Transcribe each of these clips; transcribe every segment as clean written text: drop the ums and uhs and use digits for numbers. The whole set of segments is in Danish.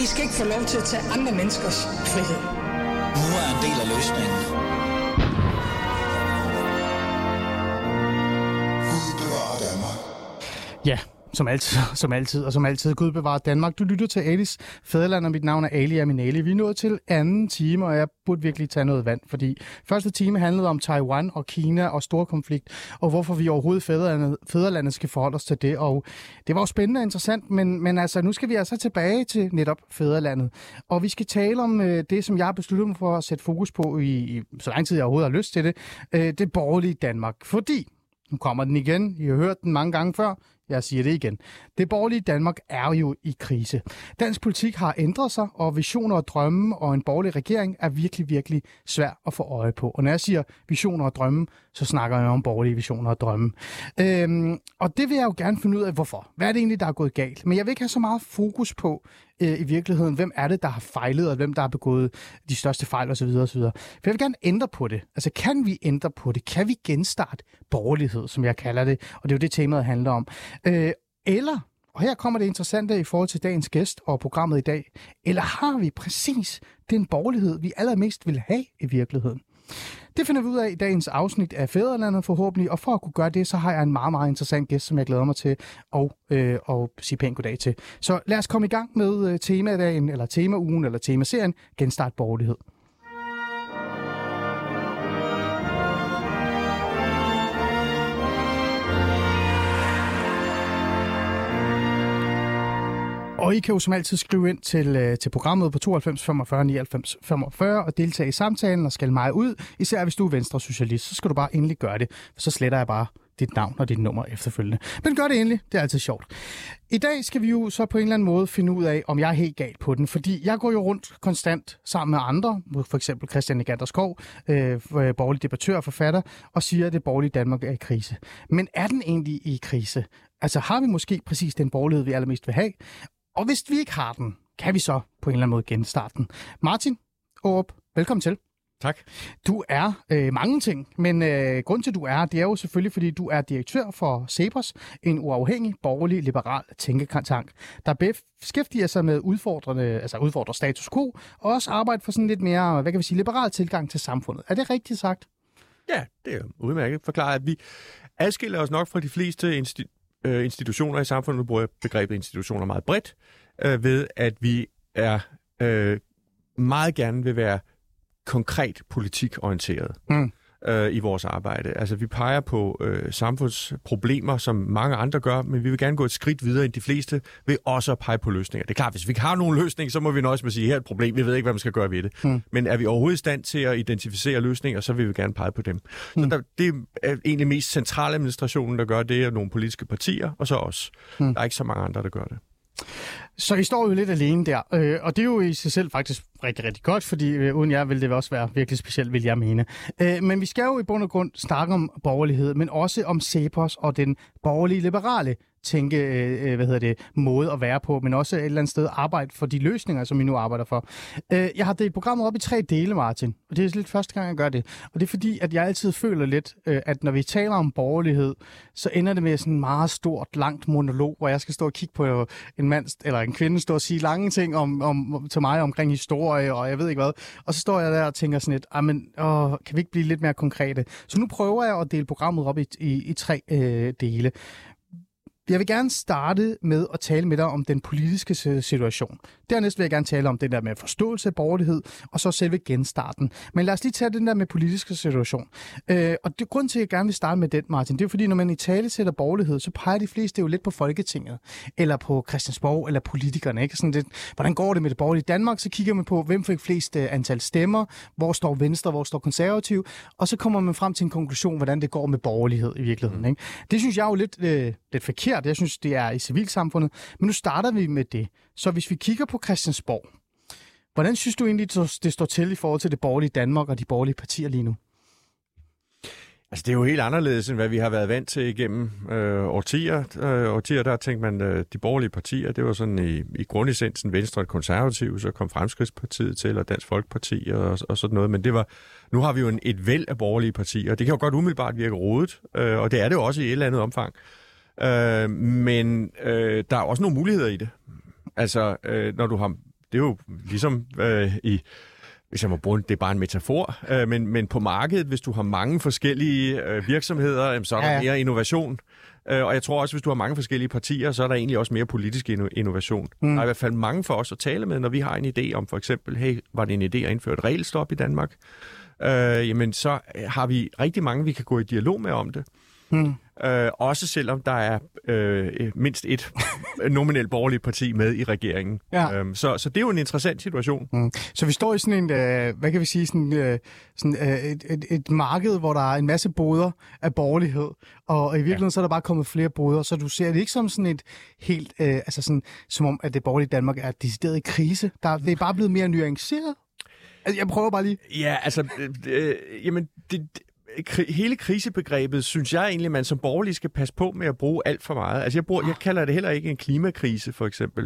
skal ikke få lov til at tage andre menneskers frihed. Nu er en del af løsningen. Ja, som altid, Gud bevarer Danmark. Du lytter til Alis Fædreland, og mit navn er Ali Aminali. Vi er nået til anden time, og jeg burde virkelig tage noget vand, fordi første time handlede om Taiwan og Kina og stor konflikt, og hvorfor vi overhovedet fædrelandet skal forholde os til det. Og det var jo spændende og interessant, men altså, nu skal vi altså tilbage til netop fædrelandet. Og vi skal tale om det, som jeg har besluttet mig for at sætte fokus på i så lang tid jeg overhovedet har lyst til det, det borgerlige Danmark. Fordi, nu kommer den igen, I har hørt den mange gange før, jeg siger det igen. Det borgerlige Danmark er jo i krise. Dansk politik har ændret sig, og visioner og drømme og en borgerlig regering er virkelig, virkelig svært at få øje på. Og når jeg siger visioner og drømme, så snakker jeg om borgerlige visioner og drømme. Og det vil jeg jo gerne finde ud af, hvorfor. Hvad er det egentlig, der er gået galt? Men jeg vil ikke have så meget fokus på i virkeligheden, hvem er det, der har fejlet, og hvem der har begået de største fejl osv. osv. For jeg vil gerne ændre på det. Altså, kan vi ændre på det? Kan vi genstarte borgerlighed, som jeg kalder det? Og det er jo det, temaet handler om. Eller, og her kommer det interessante i forhold til dagens gæst og programmet i dag, eller har vi præcis den borgerlighed, vi allermest vil have i virkeligheden? Det finder vi ud af i dagens afsnit af Fædrelandet forhåbentlig, og for at kunne gøre det, så har jeg en meget, meget interessant gæst, som jeg glæder mig til at sige pænt goddag til. Så lad os komme i gang med temadagen, eller temaugen, eller temaserien, Genstart borgerlighed. Og I kan jo som altid skrive ind til programmet på 92 45 99 45 og deltage i samtalen og skælde mig ud. Især hvis du er venstre socialist, så skal du bare endelig gøre det, for så sletter jeg bare dit navn og dit nummer efterfølgende. Men gør det endelig, det er altid sjovt. I dag skal vi jo så på en eller anden måde finde ud af, om jeg er helt galt på den, fordi jeg går jo rundt konstant sammen med andre, for eksempel Christian Negander Skov, borgerlig debattør og forfatter, og siger, at det borgerlige Danmark er i krise. Men er den egentlig i krise? Altså har vi måske præcis den borgerlighed, vi allermest vil have? Og hvis vi ikke har den, kan vi så på en eller anden måde genstarte den. Martin Aarup, velkommen til. Tak. Du er mange ting, men grund til, at du det er jo selvfølgelig, fordi du er direktør for CEPOS, en uafhængig, borgerlig, liberal tænketank, der beskæftiger sig med udfordrer status quo, og også arbejder for sådan lidt mere, hvad kan vi sige, liberal tilgang til samfundet. Er det rigtigt sagt? Ja, det er udmærket forklaret, at vi adskiller os nok fra de fleste institutioner i samfundet. Nu bruger jeg begrebet institutioner meget bredt, ved at vi meget gerne vil være konkret politikorienteret i vores arbejde. Altså vi peger på samfundsproblemer, som mange andre gør, men vi vil gerne gå et skridt videre end de fleste ved også at pege på løsninger. Det er klart, hvis vi ikke har nogen løsning, så må vi nøjes med at sige, her er et problem, vi ved ikke, hvad man skal gøre ved det. Men er vi overhovedet i stand til at identificere løsninger, så vil vi gerne pege på dem. Så det er egentlig mest centraladministrationen, der gør det, og nogle politiske partier, og så os. Der er ikke så mange andre, der gør det. Så I står jo lidt alene der, og det er jo i sig selv faktisk rigtig, rigtig godt, fordi uden jer ville det også være virkelig specielt, vil jeg mene. Men vi skal jo i bund og grund snakke om borgerlighed, men også om CEPOS og den borgerlige liberale måde at være på, men også et eller andet sted arbejde for de løsninger, som vi nu arbejder for. Jeg har delt programmet op i 3 dele, Martin, og det er lidt første gang, jeg gør det. Og det er fordi, at jeg altid føler lidt, at når vi taler om borgerlighed, så ender det med sådan en meget stort, langt monolog, hvor jeg skal stå og kigge på en mand eller en kvinde, stå og sige lange ting til mig omkring historie, og jeg ved ikke hvad. Og så står jeg der og tænker sådan lidt, kan vi ikke blive lidt mere konkrete? Så nu prøver jeg at dele programmet op i 3 dele. Jeg vil gerne starte med at tale med dig om den politiske situation. Dernæst vil jeg gerne tale om det der med forståelse af borgerlighed, og så selve genstarten. Men lad os lige tage den der med politiske situation. Og det grund til, at jeg gerne vil starte med den, Martin, det er fordi, når man i tale sætter borgerlighed, så peger de fleste jo lidt på Folketinget, eller på Christiansborg, eller politikerne. Ikke? Sådan lidt, hvordan går det med det borgerlige Danmark? Så kigger man på, hvem fik flest antal stemmer, hvor står Venstre, hvor står Konservativ, og så kommer man frem til en konklusion, hvordan det går med borgerlighed i virkeligheden. Ikke? Det synes jeg er jo lidt forkert. Jeg synes, det er i civilsamfundet. Men nu starter vi med det. Så hvis vi kigger på Christiansborg, hvordan synes du egentlig, det står til i forhold til det borgerlige Danmark og de borgerlige partier lige nu? Altså, det er jo helt anderledes, end hvad vi har været vant til igennem årtier. Årtier, der tænkte man, de borgerlige partier, det var sådan i grundessensen Venstre og Konservative, så kom Fremskridtspartiet til, og Dansk Folkeparti og sådan noget. Men nu har vi jo et væld af borgerlige partier, og det kan jo godt umiddelbart virke rodet, og det er det jo også i et eller andet omfang. Men der er også nogle muligheder i det. Altså, når du har jo ligesom hvis jeg må bruge det er bare en metafor, men på markedet, hvis du har mange forskellige virksomheder, så er der mere innovation. Og jeg tror også, hvis du har mange forskellige partier, så er der egentlig også mere politisk innovation. Der er i hvert fald mange for os at tale med, når vi har en idé om for eksempel, hey, var det en idé at indføre et regelstop i Danmark? Jamen så har vi rigtig mange, vi kan gå i dialog med om det. Også selvom der er mindst et nominelt borgerligt parti med i regeringen. Ja. Så det er jo en interessant situation. Så vi står i sådan en, hvad kan vi sige, et marked, hvor der er en masse boder af borgerlighed, og i virkeligheden så er der bare kommet flere boder, så du ser det ikke som sådan et helt, som om, at det borgerlige Danmark er decideret i krise. Det er bare blevet mere nuanceret. Altså, jeg prøver bare lige. Ja, altså, hele krisebegrebet, synes jeg egentlig, man som borgerlig skal passe på med at bruge alt for meget. Altså, jeg kalder det heller ikke en klimakrise, for eksempel.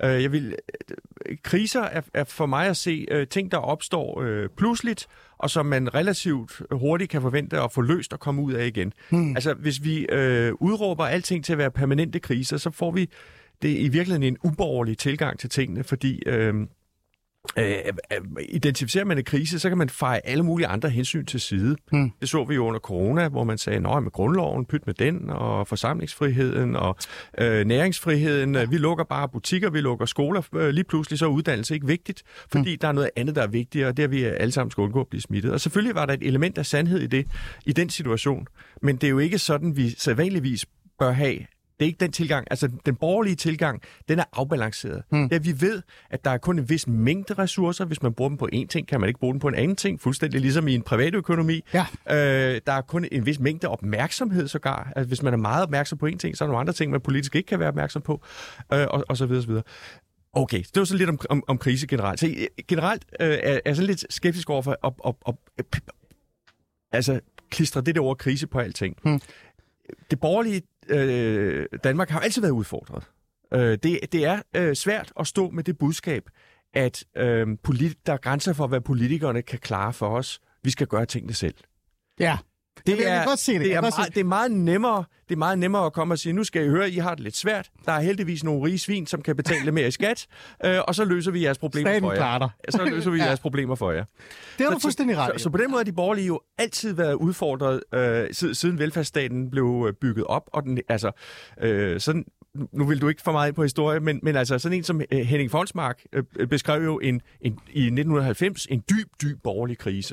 Kriser er for mig at se ting, der opstår pludseligt, og som man relativt hurtigt kan forvente at få løst og komme ud af igen. Altså, hvis vi udråber alting til at være permanente kriser, så får vi det i virkeligheden en uborgerlig tilgang til tingene, fordi identificerer man en krise, så kan man feje alle mulige andre hensyn til side. Det så vi jo under corona, hvor man sagde, nej, med grundloven, pyt med den, og forsamlingsfriheden, og næringsfriheden. Vi lukker bare butikker, vi lukker skoler. Lige pludselig så er uddannelse ikke vigtigt, fordi der er noget andet, der er vigtigere, og det er, vi alle sammen skal undgå at blive smittet. Og selvfølgelig var der et element af sandhed i det, i den situation. Men det er jo ikke sådan, vi sædvanligvis bør have. Det er ikke den tilgang. Altså, den borgerlige tilgang, den er afbalanceret. Ja, vi ved, at der er kun en vis mængde ressourcer. Hvis man bruger dem på én ting, kan man ikke bruge dem på en anden ting. Fuldstændig ligesom i en privatøkonomi. Ja. Der er kun en vis mængde opmærksomhed sågar. Altså, hvis man er meget opmærksom på én ting, så er der nogle andre ting, man politisk ikke kan være opmærksom på. Og så videre, så videre. Okay, det var så lidt om krise generelt. Så generelt er jeg sådan lidt skeptisk over for at klistre det der ord krise på alting. Det borgerlige Danmark har jo altid været udfordret. Det er svært at stå med det budskab, at der er grænser for, hvad politikerne kan klare for os. Vi skal gøre tingene selv. Ja. Det er meget nemmere at komme og sige, nu skal I høre, I har det lidt svært. Der er heldigvis nogle rige svin, som kan betale lidt mere i skat, og så løser vi jeres problemer for jer. Så løser vi jeres problemer for jer. Det er du fuldstændig ret. Så på den måde har de borgerlige jo altid været udfordret, siden velfærdsstaten blev bygget op, og den, sådan. Nu vil du ikke for meget ind på historie, men altså sådan en som Henning Fonsmark beskrev jo i 1990 en dyb borgerlig krise.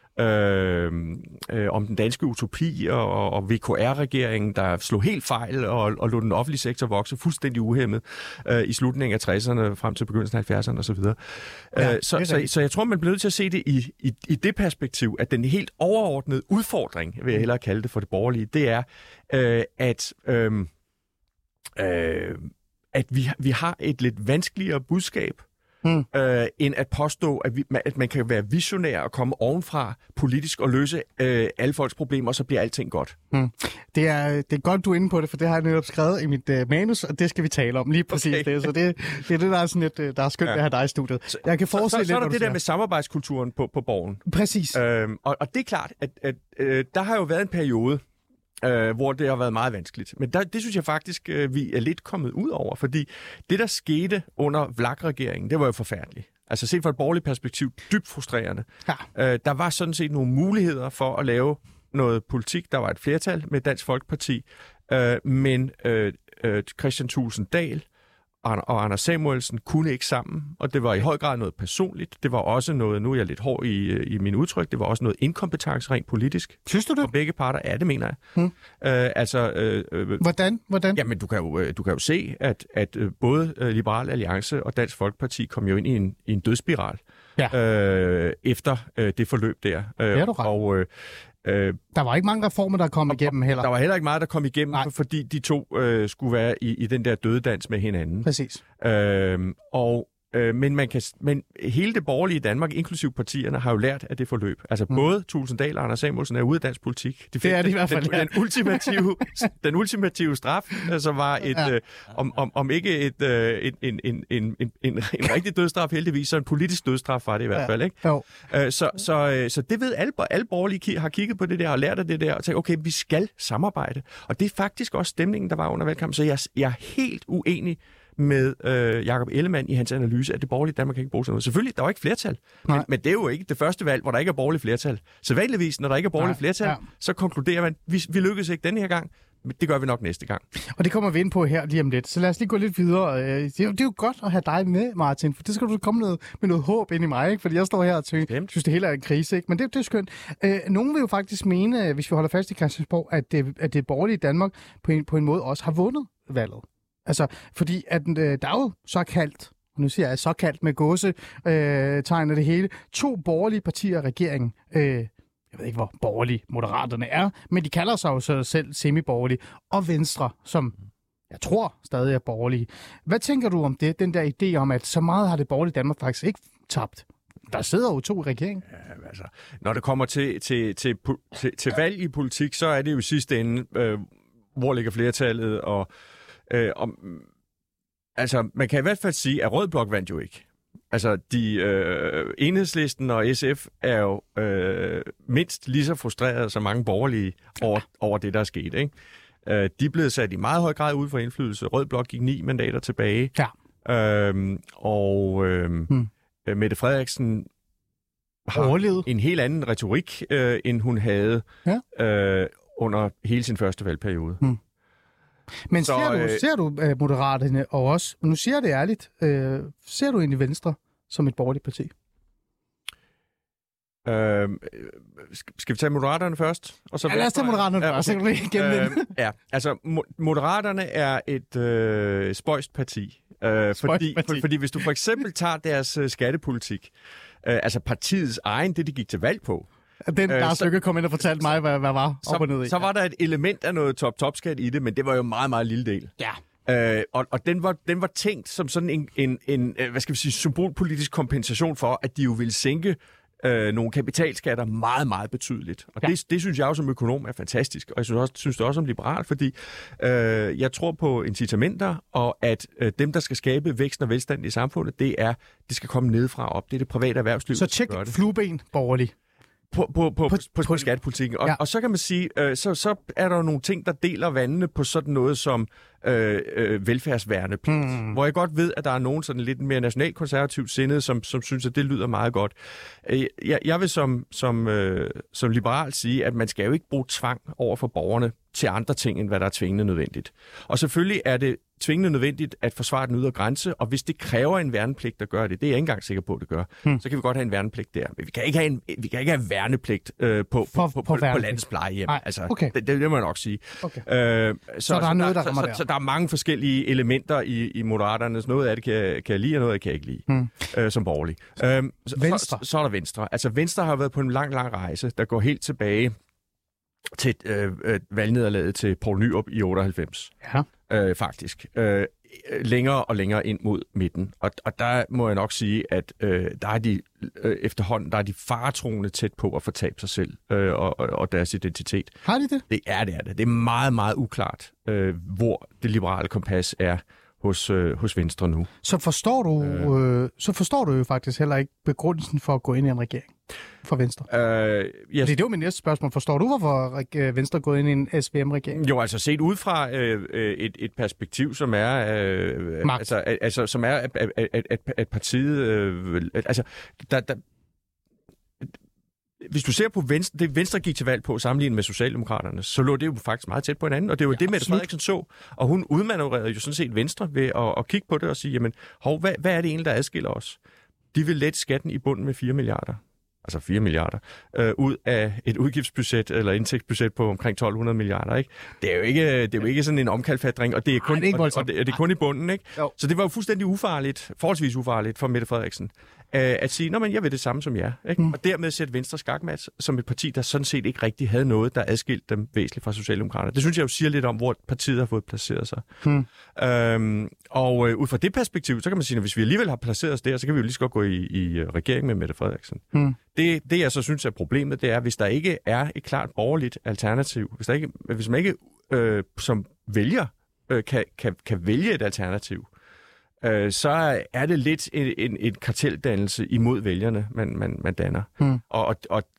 Om den danske utopi og VKR-regeringen, der slog helt fejl og lod den offentlige sektor vokse fuldstændig uhæmmet i slutningen af 60'erne frem til begyndelsen af 70'erne osv. Så jeg tror, man bliver nødt til at se det i det perspektiv, at den helt overordnede udfordring, vil jeg hellere kalde det for det borgerlige, det er, at vi har et lidt vanskeligere budskab, end at påstå, at man kan være visionær og komme ovenfra politisk og løse alle folks problemer, og så bliver alting godt. Det er godt, du er inde på det, for det har jeg netop skrevet i mit manus, og det skal vi tale om lige præcis. Okay. Så det er det, der er sådan lidt, der er skønt at have dig i studiet. Jeg kan forestille så er der det der med samarbejdskulturen på borgen. Præcis. Og det er klart, at der har jo været en periode, hvor det har været meget vanskeligt. Men det synes jeg faktisk, vi er lidt kommet ud over, fordi det, der skete under VLAK-regeringen, det var jo forfærdeligt. Altså set fra et borgerligt perspektiv, dybt frustrerende. Ja. Der var sådan set nogle muligheder for at lave noget politik. Der var et flertal med Dansk Folkeparti, men Kristian Thulesen Dahl og Anders Samuelsen kunne ikke sammen, og det var i høj grad noget personligt. Det var også noget, nu er jeg lidt hård i min udtryk, det var også noget inkompetence rent politisk. Synes du det? For begge parter, ja, det mener jeg. Hvordan? Jamen, du kan jo se, at både Liberal Alliance og Dansk Folkeparti kom jo ind i en dødsspiral efter det forløb der. Det er du ret. Der var ikke mange reformer, der kom igennem heller. Der var heller ikke meget, der kom igennem, fordi de to skulle være i den der dødedans med hinanden. Præcis. Men hele det borgerlige Danmark, inklusive partierne, har jo lært af det forløb. Altså både Thulesen Dahl og Anders Samuelsen er ude af dansk polirik. Det er de i hvert fald. Den ultimative straf, som var om ikke en rigtig dødsstraf heldigvis, så en politisk dødsstraf var det i hvert fald. Ikke? Så det ved alle borgerlige har kigget på det der og lært af det der og tænkt, okay, vi skal samarbejde. Og det er faktisk også stemningen, der var under valgkampen. Så jeg er helt uenig med Jakob Ellemann i hans analyse, at det borgerlige Danmark kan ikke bruge sådan noget. Selvfølgelig, der var ikke flertal, men det er jo ikke det første valg, hvor der ikke er borgerligt flertal. Så vanligvis, når der ikke er borgerligt flertal, så konkluderer man, vi lykkedes ikke denne her gang, men det gør vi nok næste gang. Og det kommer vi ind på her lige om lidt. Så lad os lige gå lidt videre. Det er jo godt at have dig med, Martin, for det skal du komme med noget håb ind i mig, ikke? Fordi jeg står her og synes, det hele er en krise, ikke? Men det er skønt. Nogen vil jo faktisk mene, hvis vi holder fast i Christiansborg, at det borgerlige Danmark på en måde også har vundet valget. Altså, fordi at, der er jo såkaldt, og nu siger jeg såkaldt med gåsetegn og det hele, 2 borgerlige partier i regeringen. Jeg ved ikke, hvor borgerlige Moderaterne er, men de kalder sig jo så selv semi-borgerlige, og Venstre, som jeg tror stadig er borgerlige. Hvad tænker du om det, den der idé om, at så meget har det borgerlige Danmark faktisk ikke tabt? Der sidder jo 2 i regeringen. Ja, altså, når det kommer til valg i politik, så er det jo i sidste ende, hvor ligger flertallet, altså, man kan i hvert fald sige, at Rød Blok vandt jo ikke. Altså, Enhedslisten og SF er jo mindst lige så frustrerede som mange borgerlige over det, der er sket, ikke? De er blevet sat i meget høj grad ud for indflydelse. Rød Blok gik 9 mandater tilbage. Ja. Mette Frederiksen har en helt anden retorik, end hun havde under hele sin første valgperiode. Men ser du Moderaterne og også, nu siger jeg det ærligt, ser du egentlig Venstre som et borgerligt parti? Skal vi tage Moderaterne først? Og så lad os tage Moderaterne først. Ja, altså Moderaterne er et spøjst parti. Fordi hvis du for eksempel tager deres skattepolitik, altså partiets egen, det de gik til valg på, den Lars Løkke kom ind og fortalte mig, hvad var op og ned i. Så var der et element af noget top-skat i det, men det var jo en meget, meget lille del. Ja. Og den var tænkt som sådan en hvad skal vi sige, symbolpolitisk kompensation for, at de jo ville sænke nogle kapitalskatter meget, meget betydeligt. Og det synes jeg jo som økonom er fantastisk, og jeg synes det også som liberal, fordi jeg tror på incitamenter, og at dem, der skal skabe vækst og velstand i samfundet, det skal komme nedefra op. Det er det private erhvervsliv. Så tjek flueben borgerlig. På skattepolitikken. Og så kan man sige, så er der jo nogle ting, der deler vandene på sådan noget som velfærdsværnepligt. Hvor jeg godt ved, at der er nogen sådan lidt mere nationalkonservativt sindede, som synes, at det lyder meget godt. Jeg vil som liberal sige, at man skal jo ikke bruge tvang over for borgerne til andre ting, end hvad der er tvingende nødvendigt. Og selvfølgelig er det tvingende nødvendigt at forsvare den ydre grænse, og hvis det kræver en værnepligt, der gør det, det er jeg ikke engang sikker på, at det gør, så kan vi godt have en værnepligt der. Men vi kan ikke have værnepligt på landets plejehjem. Altså, okay. det må jeg nok sige. Okay. Så der er noget, der rammer der. Så der er mange forskellige elementer i Moderaternes. Noget af det kan jeg lide, og noget af det kan jeg ikke lide som borgerlig. Venstre. Så er der Venstre. Altså Venstre har været på en lang rejse, der går helt tilbage til valgnederlaget til Poul Nyrup i 98. Ja. Faktisk. Længere og længere ind mod midten. Og der må jeg nok sige, at der er de efterhånden, der er de faretroende tæt på at fortabe sig selv og deres identitet. Har de det? Det er det. Det er meget, meget uklart, hvor det liberale kompas er hos Venstre nu. Så forstår du jo faktisk heller ikke begrundelsen for at gå ind i en regering for Venstre. Det er jo min næste spørgsmål. Forstår du, hvorfor Venstre er gået ind i en SVM-regering? Jo, altså set ud fra et perspektiv, som er som er at partiet hvis du ser på Venstre, det Venstre gik til valg på sammenlignet med Socialdemokraterne, så lå det jo faktisk meget tæt på hinanden, og det var det, Mette Frederiksen så, og hun udmanøvrerede jo sådan set Venstre ved at kigge på det og sige, jamen, hvad er det egentlig, der adskiller os? De vil lette skatten i bunden med 4 milliarder. Altså 4 milliarder, ud af et udgiftsbudget eller indtægtsbudget på omkring 1200 milliarder, ikke? Det er jo ikke sådan en omkalfatring, og det er kun, det er kun i bunden, ikke? Jo. Så det var jo fuldstændig forholdsvis ufarligt for Mette Frederiksen, at sige, nå, men jeg vil det samme som jer, ikke? Og dermed sætte Venstre skakmat som et parti, der sådan set ikke rigtig havde noget, der adskilte dem væsentligt fra Socialdemokraterne. Det synes jeg jo siger lidt om, hvor partiet har fået placeret sig. Og ud fra det perspektiv, så kan man sige, at hvis vi alligevel har placeret os der, så kan vi jo lige så godt gå i regering med Mette Frederiksen. Det jeg så synes er problemet, det er, hvis der ikke er et klart borgerligt alternativ, hvis man ikke som vælger kan vælge et alternativ, så er det lidt en karteldannelse imod vælgerne, man danner. Og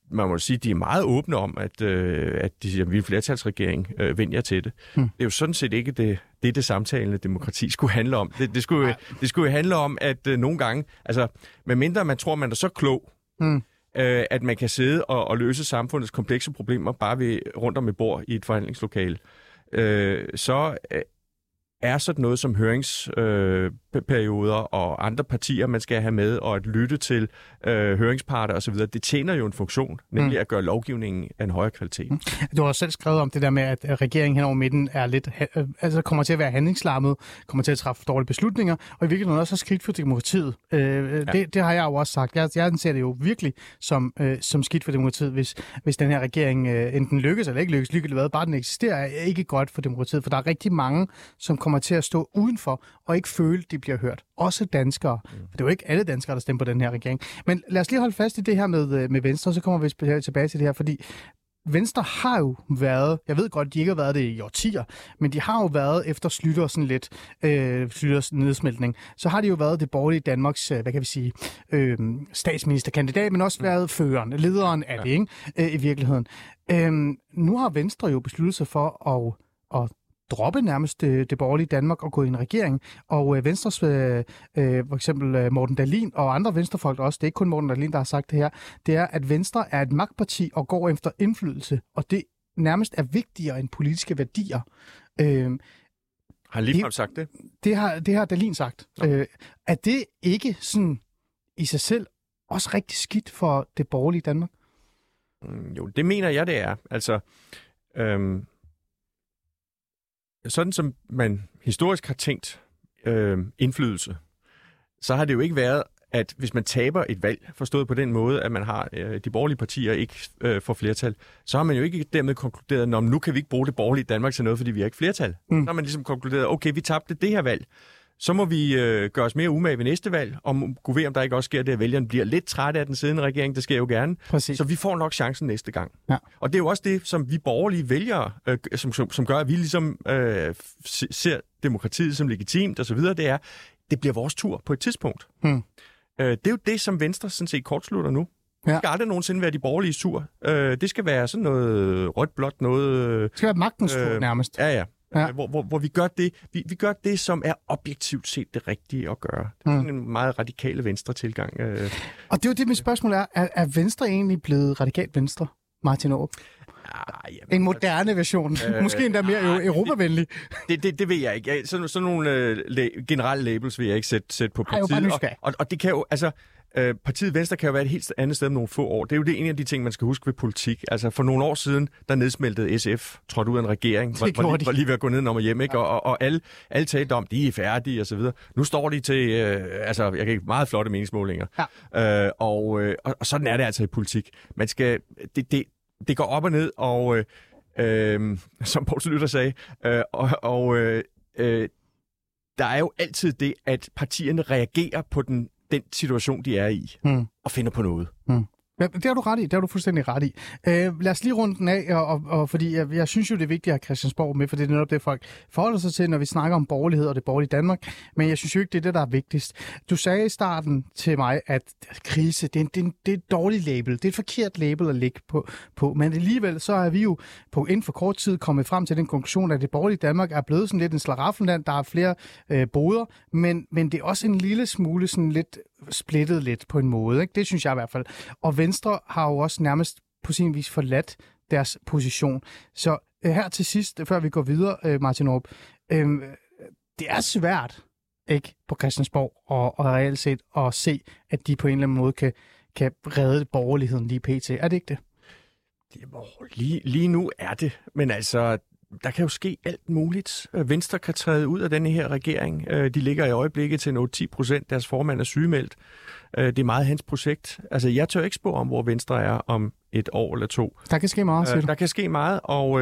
man må sige, de er meget åbne om, at de siger, at vi er en flertalsregering, vend jer til det. Det er jo sådan set ikke det samtalende demokrati skulle handle om. Det skulle jo handle om, at nogle gange, altså medmindre man tror, man er så klog, at man kan sidde og løse samfundets komplekse problemer bare rundt om et bord i et forhandlingslokale, så er sådan noget som høringsperioder og andre partier, man skal have med, og at lytte til høringsparter osv., det tjener jo en funktion, nemlig at gøre lovgivningen af en højere kvalitet. Du har selv skrevet om det der med, at regeringen hen over midten er lidt, altså kommer til at være handlingslammet, kommer til at træffe dårlige beslutninger, og i virkeligheden også har skidt for demokratiet. Det har jeg jo også sagt. Jeg ser det jo virkelig som skidt for demokratiet, hvis den her regering enten lykkes eller ikke lykkes, ligegyldigt hvad, bare den eksisterer, er ikke godt for demokratiet, for der er rigtig mange, som kommer til at stå udenfor og ikke føle, at de bliver hørt. Også danskere. For det er jo ikke alle danskere, der stemmer på den her regering. Men lad os lige holde fast i det her med Venstre, så kommer vi tilbage til det her, fordi Venstre har jo været, jeg ved godt, de ikke har været det i årtier, men de har jo været efter Schlüter sådan lidt, Schlüters nedsmeltning, så har de jo været det borgerlige Danmarks, hvad kan vi sige, statsministerkandidat, men også været føreren, lederen af det, ikke? I virkeligheden. Nu har Venstre jo besluttet sig for at droppe nærmest det borgerlige Danmark og gå i en regering. Og Venstres, for eksempel Morten Dahlin og andre venstrefolk også, det er ikke kun Morten Dahlin, der har sagt det her, det er, at Venstre er et magtparti og går efter indflydelse, og det nærmest er vigtigere end politiske værdier. Har han ligefrem sagt det? Det har Dahlin sagt. Er det ikke sådan i sig selv også rigtig skidt for det borgerlige Danmark? Jo, det mener jeg, det er. Altså, sådan som man historisk har tænkt indflydelse, så har det jo ikke været, at hvis man taber et valg, forstået på den måde, at man har de borgerlige partier ikke får flertal, så har man jo ikke dermed konkluderet, at nu kan vi ikke bruge det borgerlige Danmark til noget, fordi vi har ikke flertal. Så har man ligesom konkluderet, okay, vi tabte det her valg. Så må vi gøre os mere umage ved næste valg, og kunne ved, om der ikke også sker det, at vælgerne bliver lidt trætte af den siddende regering. Det sker jo gerne. Præcis. Så vi får nok chancen næste gang. Ja. Og det er jo også det, som vi borgerlige vælgere, som gør, at vi ligesom ser demokratiet som legitimt osv., det er, det bliver vores tur på et tidspunkt. Det er jo det, som Venstre sådan set kortslutter nu. Ja. Det skal aldrig nogensinde være de borgerlige tur. Det skal være sådan noget rødt-blåt, noget... Det skal være magtens tur nærmest. Ja. Hvor vi gør det, vi gør det, som er objektivt set det rigtige at gøre. Det er en meget radikale venstre tilgang. Og det er jo det, mit spørgsmål er. Er Venstre egentlig blevet radikalt venstre, Martin Aarup? En moderne version. Måske endda mere europavenlig. Det ved jeg ikke. Sådan nogle generelle labels vil jeg ikke sætte på partiet. Og det kan jo, altså... Partiet Venstre kan jo være et helt andet sted om nogle få år. Det er jo en af de ting, man skal huske ved politik. Altså for nogle år siden, der nedsmeltede SF, trådte ud af en regering, var lige ved at gå ned og hjem, ikke? Og alle talte om, de er færdige og så videre. Nu står de til, jeg kan ikke meget flotte meningsmålinger. Ja. Og sådan er det altså i politik. Man skal, det går op og ned, og som Poul Schlüter sagde, der er jo altid det, at partierne reagerer på den situation, de er i, og finder på noget. Ja, det har du ret i. Det har du fuldstændig ret i. Lad os lige runde den af, og fordi jeg synes jo, det er vigtigt at have Christiansborg med, for det er netop det, folk forholder sig til, når vi snakker om borgerlighed og det borgerlige Danmark. Men jeg synes jo ikke, det er det, der er vigtigst. Du sagde i starten til mig, at krise, det er et dårligt label. Det er et forkert label at lægge på. Men alligevel så er vi jo inden for kort tid kommet frem til den konklusion, at det borgerlige Danmark er blevet sådan lidt en slaraffenland. Der er flere boder, men det er også en lille smule sådan lidt splittet lidt på en måde. Ikke? Det synes jeg i hvert fald. Og Venstre har jo også nærmest på sin vis forladt deres position. Så her til sidst, før vi går videre, Martin Aarup, det er svært ikke på Christiansborg og reelt set at se, at de på en eller anden måde kan redde borgerligheden lige pt. Er det ikke det? Lige nu er det, men altså, der kan jo ske alt muligt. Venstre kan træde ud af denne her regering. De ligger i øjeblikket til 8-10%. Deres formand er sygemeldt. Det er meget hans projekt. Altså, jeg tør ikke spå om, hvor Venstre er om et år eller to. Der kan ske meget, siger du. Der kan ske meget, og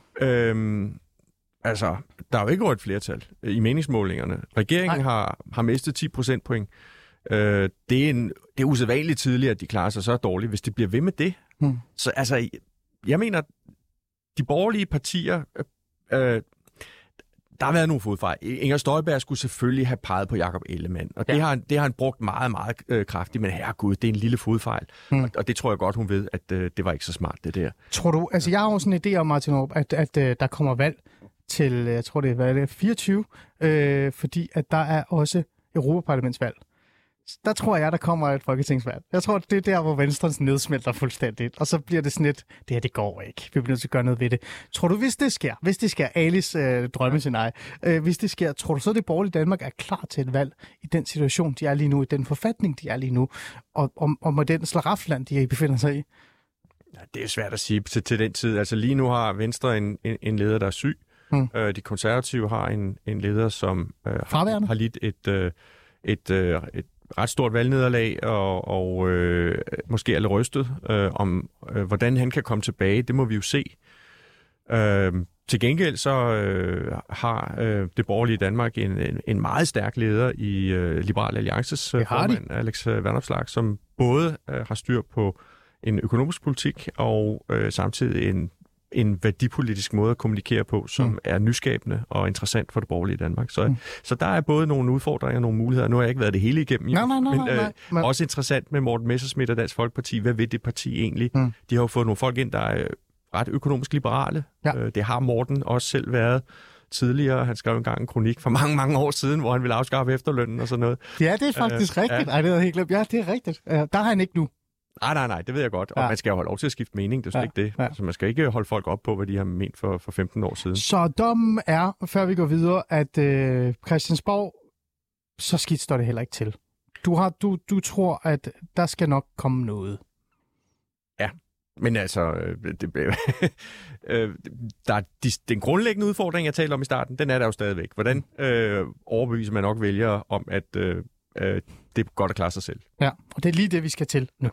altså, der er jo ikke et flertal i meningsmålingerne. Regeringen har mistet 10 procentpoint. Det er usædvanligt tidligt, at de klarer sig så dårligt, hvis de bliver ved med det. Så altså, jeg mener, de borgerlige partier, Der har været nogle fodfejl. Inger Støjberg skulle selvfølgelig have peget på Jakob Ellemann, og det har han brugt meget, meget kraftigt, men herregud, det er en lille fodfejl. Og det tror jeg godt, hun ved, at det var ikke så smart, det der. Tror du, altså jeg har jo sådan en idé om, Martin Aarup, at der kommer valg til, jeg tror det er 24, fordi at der er også Europaparlamentsvalg. Der tror jeg, der kommer et folketingsvalg. Jeg tror, det er der, hvor Venstre nedsmelter fuldstændigt. Og så bliver det sådan lidt, det her, det går ikke. Vi bliver nødt til at gøre noget ved det. Tror du, hvis det sker, Alice drømmescenarie, hvis det sker, tror du så, det borgerlige Danmark er klar til et valg i den situation, de er lige nu, i den forfatning, de er lige nu, og med den slaraffland, de befinder sig i? Ja, det er svært at sige til den tid. Altså lige nu har Venstre en leder, der er syg. De konservative har en leder, som har lidt et ret stort valgnederlag, og måske alle rystet om, hvordan han kan komme tilbage. Det må vi jo se. Til gengæld så har det borgerlige Danmark en meget stærk leder i Liberal Alliances formand, Alex Vanopslagh, som både har styr på en økonomisk politik og samtidig en værdipolitisk måde at kommunikere på, som er nyskabende og interessant for det borgerlige Danmark. Så der er både nogle udfordringer og nogle muligheder. Nu har jeg ikke været det hele igennem, men også interessant med Morten Messerschmidt og Dansk Folkeparti. Hvad vil det parti egentlig? De har jo fået nogle folk ind, der er ret økonomisk liberale. Det har Morten også selv været tidligere. Han skrev engang en kronik for mange, mange år siden, hvor han ville afskaffe efterlønnen og sådan noget. Ja, det er faktisk rigtigt. Ej, det er helt glemt. Ja, det er rigtigt. Der har han ikke nu. Nej, det ved jeg godt. Og man skal jo holde lov til at skifte mening, det er ikke det. Så man skal ikke holde folk op på, hvad de har ment for 15 år siden. Så dommen er, før vi går videre, at Christiansborg, så skidt står det heller ikke til. Du tror, at der skal nok komme noget. Ja, men altså, den grundlæggende udfordring, jeg talte om i starten, den er der jo stadigvæk. Hvordan overbeviser man nok vælgere om, at det er godt at klare sig selv? Ja, og det er lige det, vi skal til nu.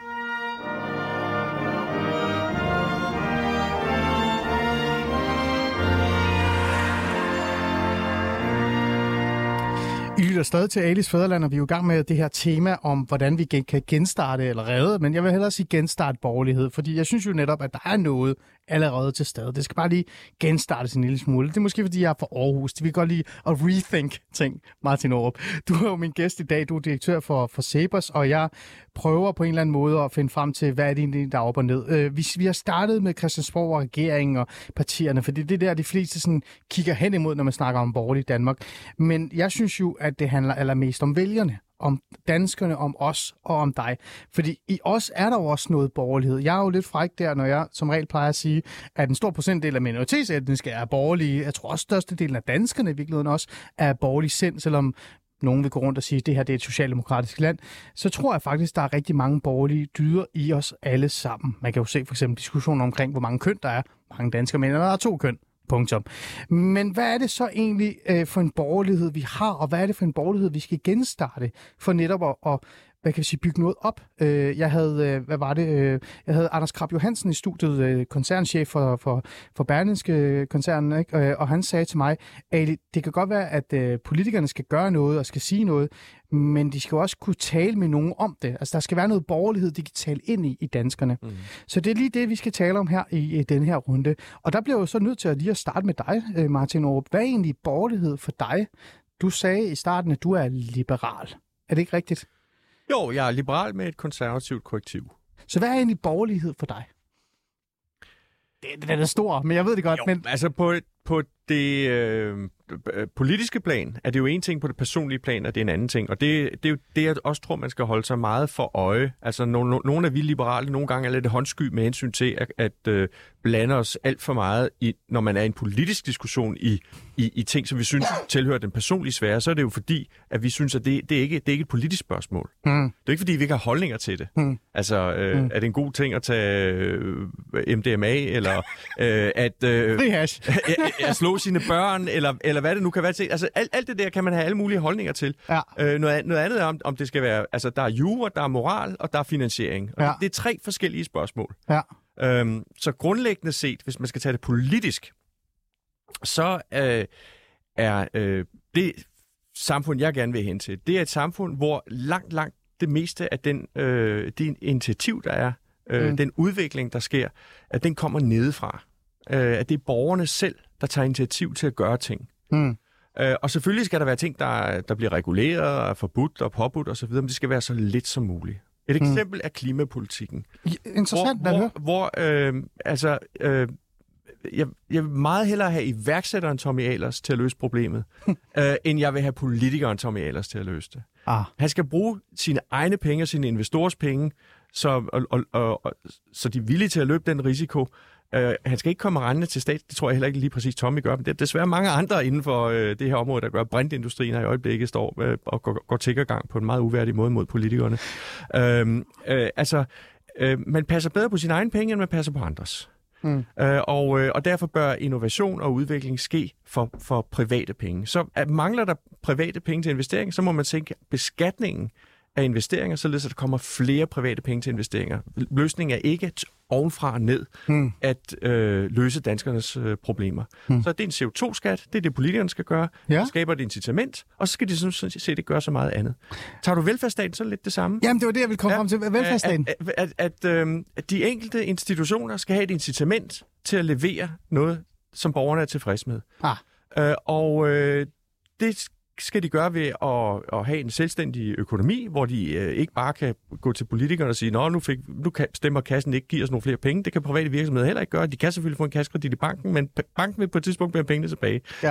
I lytter stadig til Alice Fædreland, og vi er jo i gang med det her tema om, hvordan vi kan genstarte eller redde, men jeg vil hellere sige genstarte borgerlighed, fordi jeg synes jo netop, at der er noget allerede til stede. Det skal bare lige genstartes en lille smule. Det er måske, fordi jeg er fra Aarhus. Det vil godt lige at rethink ting, Martin Aarup. Du er jo min gæst i dag. Du er direktør for CEPOS, og jeg prøver på en eller anden måde at finde frem til, hvad er det egentlig, der er op og ned. Vi har startet med Christiansborg og regeringen og partierne, for det er der, de fleste sådan kigger hen imod, når man snakker om borgerligt Danmark. Men jeg synes jo, at det handler allermest om vælgerne, om danskerne, om os og om dig. Fordi i os er der jo også noget borgerlighed. Jeg er jo lidt fræk der, når jeg som regel plejer at sige, at en stor procentdel af minoritetsetniske er borgerlige. Jeg tror også, størstedelen af danskerne i virkeligheden også er borgerlige sind, selvom nogen vil gå rundt og sige, at det her det er et socialdemokratisk land. Så tror jeg faktisk, der er rigtig mange borgerlige dyder i os alle sammen. Man kan jo se for eksempel diskussioner omkring, hvor mange køn der er. Mange danskere mener, der er 2 køn. Punktum. Men hvad er det så egentlig for en borgerlighed, vi har, og hvad er det for en borgerlighed, vi skal genstarte for netop at hvad kan vi sige, bygge noget op? Jeg havde, jeg havde Anders Krab Johansen i studiet, koncernchef for Berlingske koncernen, ikke? Og han sagde til mig, Ali, det kan godt være, at politikerne skal gøre noget og skal sige noget, men de skal også kunne tale med nogen om det. Altså, der skal være noget borgerlighed, de kan tale ind i danskerne. Så det er lige det, vi skal tale om her i den her runde. Og der bliver jo så nødt til at lige at starte med dig, Martin Aarup. Hvad er egentlig borgerlighed for dig? Du sagde i starten, at du er liberal. Er det ikke rigtigt? Jo, jeg er liberal med et konservativt korrektiv. Så hvad er egentlig borgerlighed for dig? Den er stor, men jeg ved det godt. Men altså på det politiske plan er det jo en ting, på det personlige plan er det en anden ting. Og det er jo det, jeg også tror, man skal holde sig meget for øje. Altså nogle af vi liberale nogle gange er lidt håndsky med hensyn til at blande os alt for meget, når man er i en politisk diskussion i ting, som vi synes tilhører den personlige sfære, så er det jo fordi, at vi synes, at det er ikke et politisk spørgsmål. Det er ikke fordi, vi ikke har holdninger til det. Altså, er det en god ting at tage MDMA, eller at slå sine børn, eller hvad det nu kan være til. Altså, alt det der kan man have alle mulige holdninger til. Ja. Noget andet er, om det skal være, altså, der er jura, der er moral, og der er finansiering. Og det er 3 forskellige spørgsmål. Ja. Så grundlæggende set, hvis man skal tage det politisk, så er det samfund, jeg gerne vil hen til, det er et samfund, hvor langt det meste af det initiativ, der er, den udvikling, der sker, at den kommer nedefra. At det er borgerne selv, der tager initiativ til at gøre ting. Og selvfølgelig skal der være ting, der bliver reguleret og forbudt og påbudt osv., men det skal være så lidt som muligt. Et eksempel er klimapolitikken. Interessant at høre. Jeg vil meget hellere have iværksætteren Tommy Ahlers til at løse problemet, end jeg vil have politikeren Tommy Ahlers til at løse det. Han skal bruge sine egne penge og sine investorers penge, så de er villige til at løbe den risiko. Han skal ikke komme rendende til stat. Det tror jeg heller ikke lige præcis Tommy gør, men det er desværre mange andre inden for det her område, der gør. Brintindustrien i øjeblikket står og går tiggergang på en meget uværdig måde mod politikerne. Man passer bedre på sine egne penge, end man passer på andres. Og derfor bør innovation og udvikling ske for private penge. Så mangler der private penge til investering, så må man sænke beskatningen af investeringer, således at der kommer flere private penge til investeringer. Løsningen er ikke ovenfra og ned at løse danskernes problemer. Så det er en CO2-skat, det er det, politikerne skal gøre. Ja. Så skaber det incitament, og så skal de sådan set ikke gøre så meget andet. Tager du velfærdsstaten, så er det lidt det samme. Jamen, det var det, jeg ville komme frem til. Velfærdsstaten. At de enkelte institutioner skal have et incitament til at levere noget, som borgerne er tilfreds med. Det skal de gøre ved at have en selvstændig økonomi, hvor de ikke bare kan gå til politikerne og sige, nu stemmer kassen ikke, giver os nogle flere penge. Det kan private virksomheder heller ikke gøre. De kan selvfølgelig få en kassekredit i banken, men banken vil på et tidspunkt bære pengene tilbage. Ja.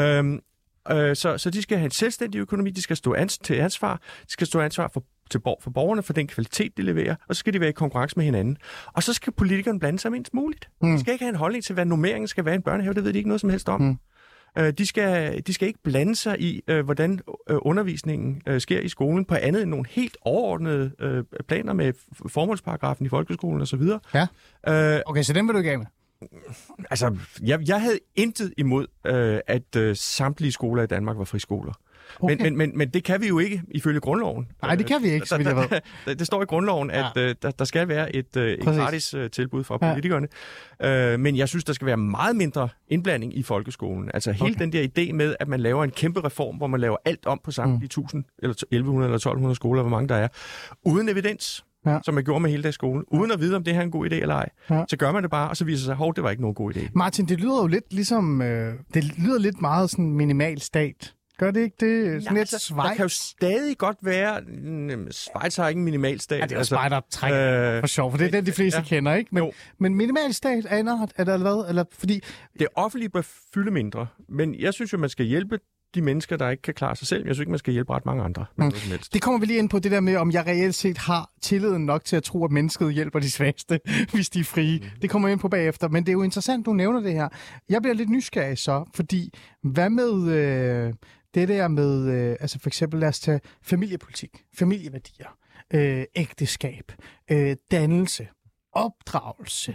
Så de skal have en selvstændig økonomi, de skal stå til ansvar, de skal stå ansvar for borgerne for den kvalitet, de leverer, og så skal de være i konkurrence med hinanden. Og så skal politikerne blande sig mindst muligt. De skal ikke have en holdning til, hvad nummeringen skal være i en børnehave, det ved de ikke noget som helst om. De skal ikke blande sig i, hvordan undervisningen sker i skolen på andet end nogle helt overordnede planer med formålsparagrafen i folkeskolen osv. Ja. Okay, så den vil du ikke af med? Altså, jeg havde intet imod, at samtlige skoler i Danmark var friskoler. Okay. Men det kan vi jo ikke ifølge grundloven. Nej, det kan vi ikke, så vidt jeg ved. Det står i grundloven, at der skal være et gratis tilbud fra politikerne. Men jeg synes, der skal være meget mindre indblanding i folkeskolen. Altså hele den der idé med, at man laver en kæmpe reform, hvor man laver alt om på samtlige 1000, eller 1100 eller 1200 skoler, hvor mange der er, uden evidens. Som man gjorde med hele deres skole, uden at vide, om det her er en god idé eller ej. Så gør man det bare, og så viser sig, det var ikke nogen god idé. Martin, det lyder jo lidt ligesom, det lyder lidt meget sådan minimal stat. Gør det ikke det? Sådan lidt Schweiz? Der kan jo stadig godt være... Schweiz har ikke en minimalstat. Ja, det er jo spejder for sjov, for det er den, de fleste kender, ikke? Men minimalstat er en art, eller hvad? Eller, fordi... Det offentlige bør fylde mindre, men jeg synes jo, man skal hjælpe de mennesker, der ikke kan klare sig selv. Jeg synes ikke, man skal hjælpe ret mange andre. Det kommer vi lige ind på, det der med, om jeg reelt set har tilliden nok til at tro, at mennesket hjælper de svageste, hvis de er frie. Det kommer vi ind på bagefter, men det er jo interessant, du nævner det her. Jeg bliver lidt nysgerrig så, fordi hvad med det der med, altså for eksempel lad os tage familiepolitik, familieværdier, ægteskab, dannelse, opdragelse,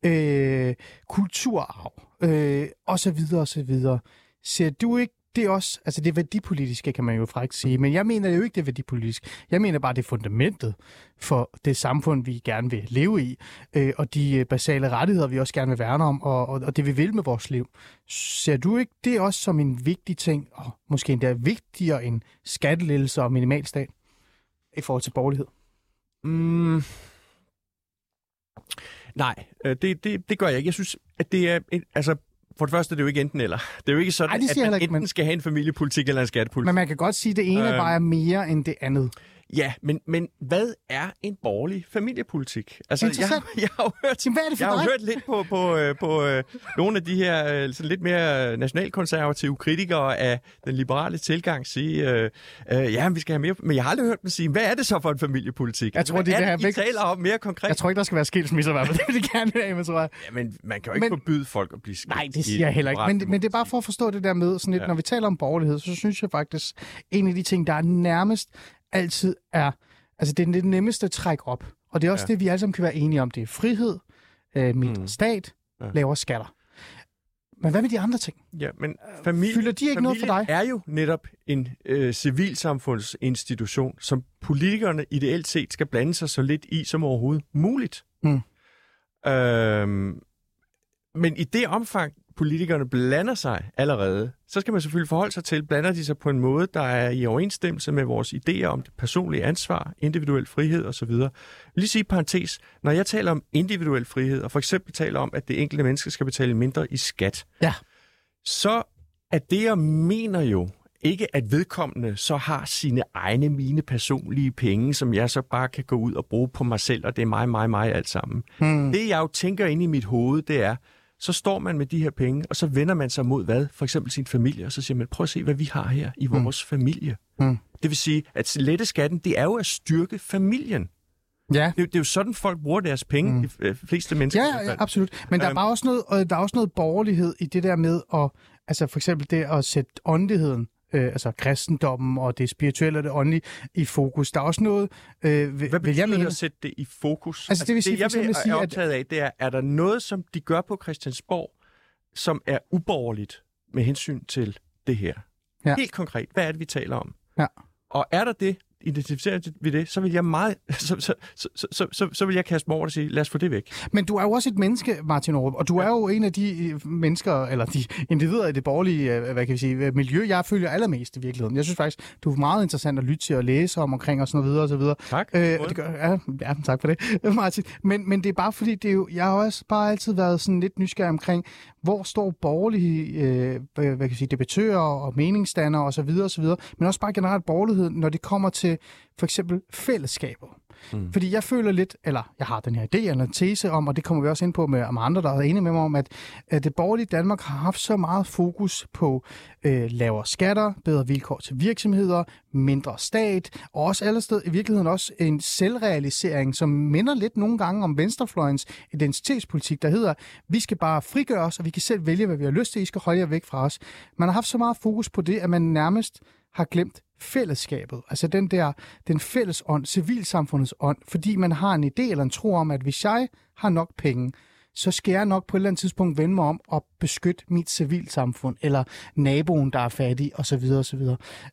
kulturarv, osv. Ser du ikke det er også, altså det værdipolitiske, kan man jo frækt sige, men jeg mener jo ikke, det er værdipolitisk. Jeg mener bare, det er fundamentet for det samfund, vi gerne vil leve i, og de basale rettigheder, vi også gerne vil værne om, og det vi vil med vores liv. Ser du ikke det også som en vigtig ting, og måske endda vigtigere end skattelettelse og minimalstat i forhold til borgerlighed? Nej, det gør jeg ikke. Jeg synes, at det er... For det første er det jo ikke enten eller. Det er jo ikke sådan, at man enten skal have en familiepolitik eller en skattepolitik. Men man kan godt sige, at det ene vejer mere end det andet. Ja, men hvad er en borgerlig familiepolitik? Altså, jeg har hørt lidt på nogle af de her sådan lidt mere nationalkonservative kritikere af den liberale tilgang sige, vi skal have mere... Men jeg har aldrig hørt dem sige, hvad er det så for en familiepolitik? Jeg tror, I taler om mere konkret. Jeg tror ikke, der skal være skilsmisser, hvad det vil de gerne have med, tror jeg. Ja, men man kan jo ikke forbyde folk at blive skilt. Nej, det siger jeg heller ikke. Men det er bare for at forstå det der med, sådan lidt, når vi taler om borgerlighed, så synes jeg faktisk, en af de ting, der er nærmest altid er, altså det er det nemmeste at trække op. Og det er også det, vi alle sammen kan være enige om. Det er frihed, mindre stat, lavere skatter. Men hvad med de andre ting? Ja, men fylder de ikke noget for dig? Er jo netop en civilsamfundsinstitution, som politikerne ideelt set skal blande sig så lidt i som overhovedet muligt. Men i det omfang, politikerne blander sig allerede, så skal man selvfølgelig forholde sig til, blander de sig på en måde, der er i overensstemmelse med vores idéer om det personlige ansvar, individuel frihed osv. Jeg vil lige sige parentes, når jeg taler om individuel frihed, og for eksempel taler om, at det enkelte menneske skal betale mindre i skat, så at det jeg mener jo, ikke at vedkommende så har mine personlige penge, som jeg så bare kan gå ud og bruge på mig selv, og det er mig alt sammen. Det jeg jo tænker ind i mit hoved, det er, så står man med de her penge, og så vender man sig mod hvad? For eksempel sin familie, og så siger man, prøv at se, hvad vi har her i vores familie. Det vil sige, at lette skatten, det er jo at styrke familien. Ja. Det er jo sådan, folk bruger deres penge, de fleste mennesker. Ja, absolut. Men der er bare også noget borgerlighed i det der med at, altså for eksempel det at sætte åndeligheden, altså kristendommen og det spirituelle og det åndelige i fokus. Der er også noget... Hvad betyder det at sætte det i fokus? Altså det vil sige, det jeg er optaget af, det er der noget, som de gør på Christiansborg, som er uborgerligt med hensyn til det her? Ja. Helt konkret, hvad er det, vi taler om? Ja. Og er der det, identificerer vi det, så vil jeg så vil jeg kaste mig over og sige, lad os få det væk. Men du er jo også et menneske, Martin Aarup, og du er jo en af de mennesker, eller de individer i det borgerlige, hvad kan vi sige, miljø, jeg følger allermest i virkeligheden. Jeg synes faktisk, du er meget interessant at lytte til og læse omkring og sådan noget videre og så videre. Tak. Ja, tak for det, Martin. Men det er bare fordi, det er jo, jeg har også bare altid været sådan lidt nysgerrig omkring, hvor står borgerlige hvad kan jeg sige, debattører og meningsdannere og så videre, men også bare generelt borgerlighed, når det kommer til for eksempel fællesskaber. Fordi jeg føler lidt, eller jeg har den her idé eller en tese om, og det kommer vi også ind på med andre, der er enige med mig om, at det borgerlige Danmark har haft så meget fokus på lavere skatter, bedre vilkår til virksomheder, mindre stat, og også allersted i virkeligheden også en selvrealisering, som minder lidt nogle gange om venstrefløjens identitetspolitik, der hedder, vi skal bare frigøre os, og vi kan selv vælge, hvad vi har lyst til, I skal holde jer væk fra os. Man har haft så meget fokus på det, at man nærmest har glemt fællesskabet, altså den fælles ånd, civilsamfundets ånd, fordi man har en idé eller en tro om, at hvis jeg har nok penge, så skal jeg nok på et eller andet tidspunkt vende mig om og beskytte mit civilsamfund, eller naboen, der er fattig, osv. osv.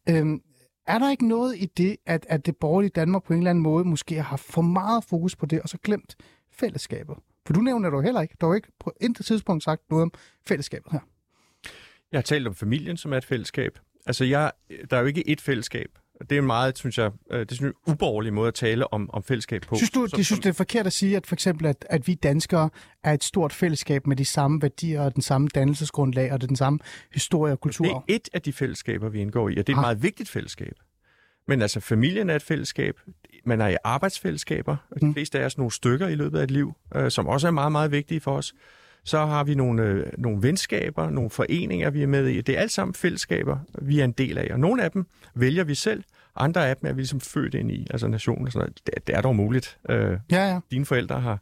Er der ikke noget i det, at det borgerlige Danmark på en eller anden måde måske har haft for meget fokus på det, og så glemt fællesskabet? For du nævner det heller ikke. Du har jo ikke på intet tidspunkt sagt noget om fællesskabet her. Jeg har talt om familien, som er et fællesskab. Altså, der er jo ikke ét fællesskab. Det er en meget, synes jeg, uborgerlig måde at tale om fællesskab på. Synes du, det er forkert at sige, at for eksempel, at vi danskere er et stort fællesskab med de samme værdier og den samme dannelsesgrundlag og den samme historie og kultur? Det er et af de fællesskaber, vi indgår i, og det er et meget vigtigt fællesskab. Men altså, familien er et fællesskab. Man er i arbejdsfællesskaber, og de fleste af os nogle stykker i løbet af et liv, som også er meget, meget vigtige for os. Så har vi nogle venskaber, nogle foreninger, vi er med i. Det er alt sammen fællesskaber, vi er en del af. Og nogle af dem vælger vi selv, andre af dem er vi ligesom født ind i, altså nationen og sådan noget. Det er dog muligt. Ja. Dine forældre har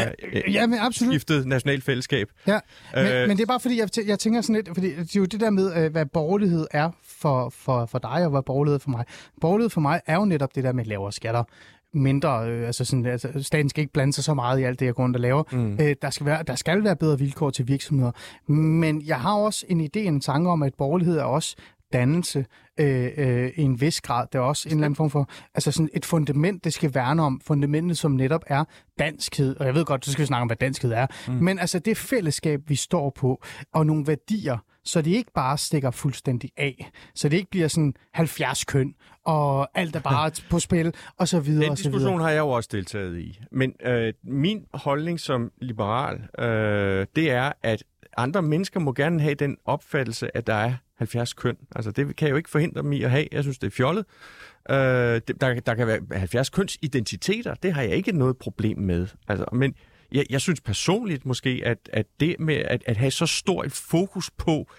skiftet nationalt fællesskab. Ja, men det er bare fordi, jeg tænker sådan lidt, fordi det er jo det der med, hvad borgerlighed er for dig, og hvad borgerlighed er for mig. Borgerlighed for mig er jo netop det der med lavere skatter. Mindre, staten skal ikke blande sig så meget i alt det, jeg går rundt og laver. Der skal være bedre vilkår til virksomheder. Men jeg har også en idé, en tanke om, at borgerlighed er også dannelse i en vis grad. Det er også en eller anden form for, altså sådan et fundament, det skal værne om. Fundamentet, som netop er danskhed. Og jeg ved godt, så skal vi snakke om, hvad danskhed er. Men altså det fællesskab, vi står på, og nogle værdier, så det ikke bare stikker fuldstændig af. Så det ikke bliver sådan 70 køn, og alt er bare på spil, og så videre. Den diskussion har jeg jo også deltaget i. Men min holdning som liberal, det er, at andre mennesker må gerne have den opfattelse, at der er 70 køn. Altså det kan jeg jo ikke forhindre dem i at have. Jeg synes, det er fjollet. Der kan være 70 kønsidentiteter. Det har jeg ikke noget problem med. Altså, men jeg synes personligt måske, at det med at have så stor et fokus på,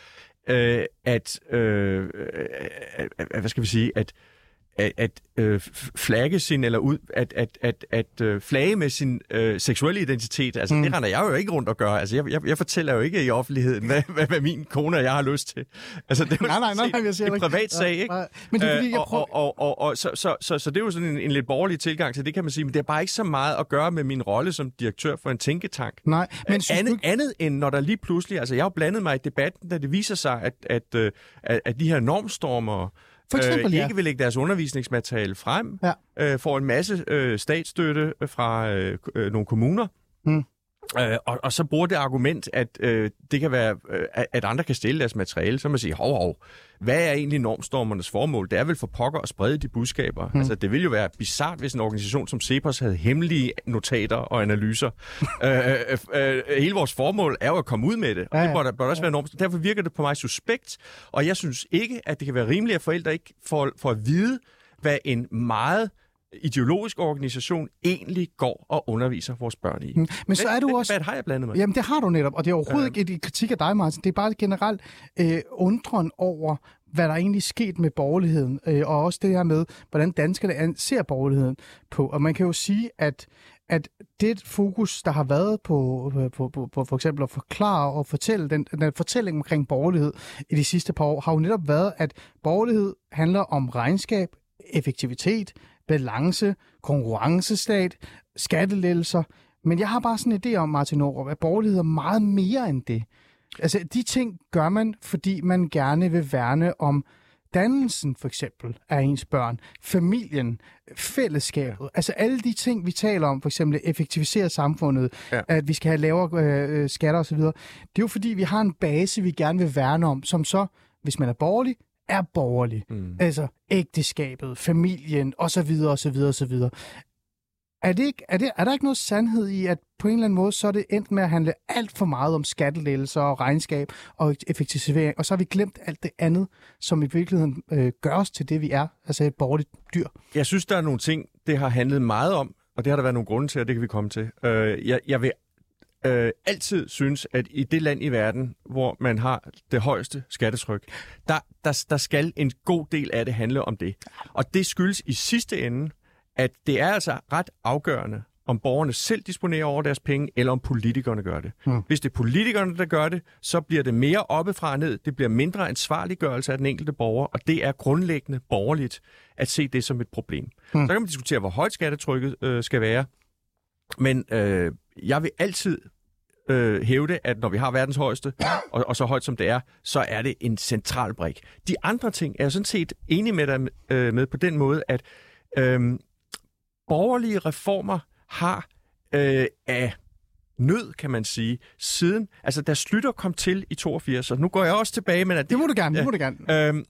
hvad skal vi sige, at flagge sin, eller ud, at flage med sin seksuelle identitet, altså det render jeg jo ikke rundt og gør. Altså jeg fortæller jo ikke i offentligheden, hvad min kone og jeg har lyst til. Altså det er jo en privat sag, ikke? Men det er fordi, så det er jo sådan en lidt borgerlig tilgang til det, kan man sige, men det har bare ikke så meget at gøre med min rolle som direktør for en tænketank. Nej, men andet end når der lige pludselig, altså jeg har jo blandet mig i debatten, da det viser sig, at de her normstormere for eksempel, ikke vil lægge deres undervisningsmateriale frem, får en masse statsstøtte fra nogle kommuner, Og så bruger det argument, at det kan være, at andre kan stille deres materiale, så man siger, hov, hvad er egentlig normstormernes formål? Det er vel for pokker at sprede de budskaber. Altså, det ville jo være bizart, hvis en organisation som CEPOS havde hemmelige notater og analyser. Hele vores formål er jo at komme ud med det, og det bør også være normstormer. Derfor virker det på mig suspekt, og jeg synes ikke, at det kan være rimeligt, at forældre ikke får at vide, hvad en meget ideologisk organisation egentlig går og underviser vores børn i. Men så er du også... Hvad har jeg blandet mig? Jamen, det har du netop, og det er overhovedet ikke et kritik af dig, Martin. Det er bare generelt undren over, hvad der egentlig er sket med borgerligheden, og også det her med, hvordan danskerne ser borgerligheden på. Og man kan jo sige, at det fokus, der har været på for eksempel at forklare og fortælle den fortælling omkring borgerlighed i de sidste par år, har jo netop været, at borgerlighed handler om regnskab, effektivitet, balance, konkurrencestat, skattelettelser. Men jeg har bare sådan en idé om, Martin Aarup, at borgerlighed er meget mere end det. Altså, de ting gør man, fordi man gerne vil værne om dannelsen, for eksempel, af ens børn, familien, fællesskabet. Altså, alle de ting, vi taler om, for eksempel effektivisere samfundet, at vi skal have lavere skatter osv., det er jo fordi, vi har en base, vi gerne vil værne om, som så, hvis man er borgerlig, er borgerlig. Altså ægteskabet, familien osv. osv. Er der ikke noget sandhed i, at på en eller anden måde, så er det endt med at handle alt for meget om skattelettelser og regnskab og effektivisering, og så har vi glemt alt det andet, som i virkeligheden gør os til det, vi er, altså et borgerligt dyr? Jeg synes, der er nogle ting, det har handlet meget om, og det har der været nogle grunde til, og det kan vi komme til. Jeg vil altid synes, at i det land i verden, hvor man har det højeste skattetryk, der skal en god del af det handle om det. Og det skyldes i sidste ende, at det er altså ret afgørende, om borgerne selv disponerer over deres penge, eller om politikerne gør det. Hvis det er politikerne, der gør det, så bliver det mere oppefra og ned. Det bliver mindre ansvarliggørelse af den enkelte borger, og det er grundlæggende borgerligt at se det som et problem. Så kan man diskutere, hvor højt skattetrykket skal være, men jeg vil altid hævde, at når vi har verdens højeste, og så højt som det er, så er det en central brik. De andre ting er jeg sådan set enig med dig med på den måde, at borgerlige reformer har af nød, kan man sige, siden, altså da Schlüter kom til i 82, og nu går jeg også tilbage, men at det må du gerne.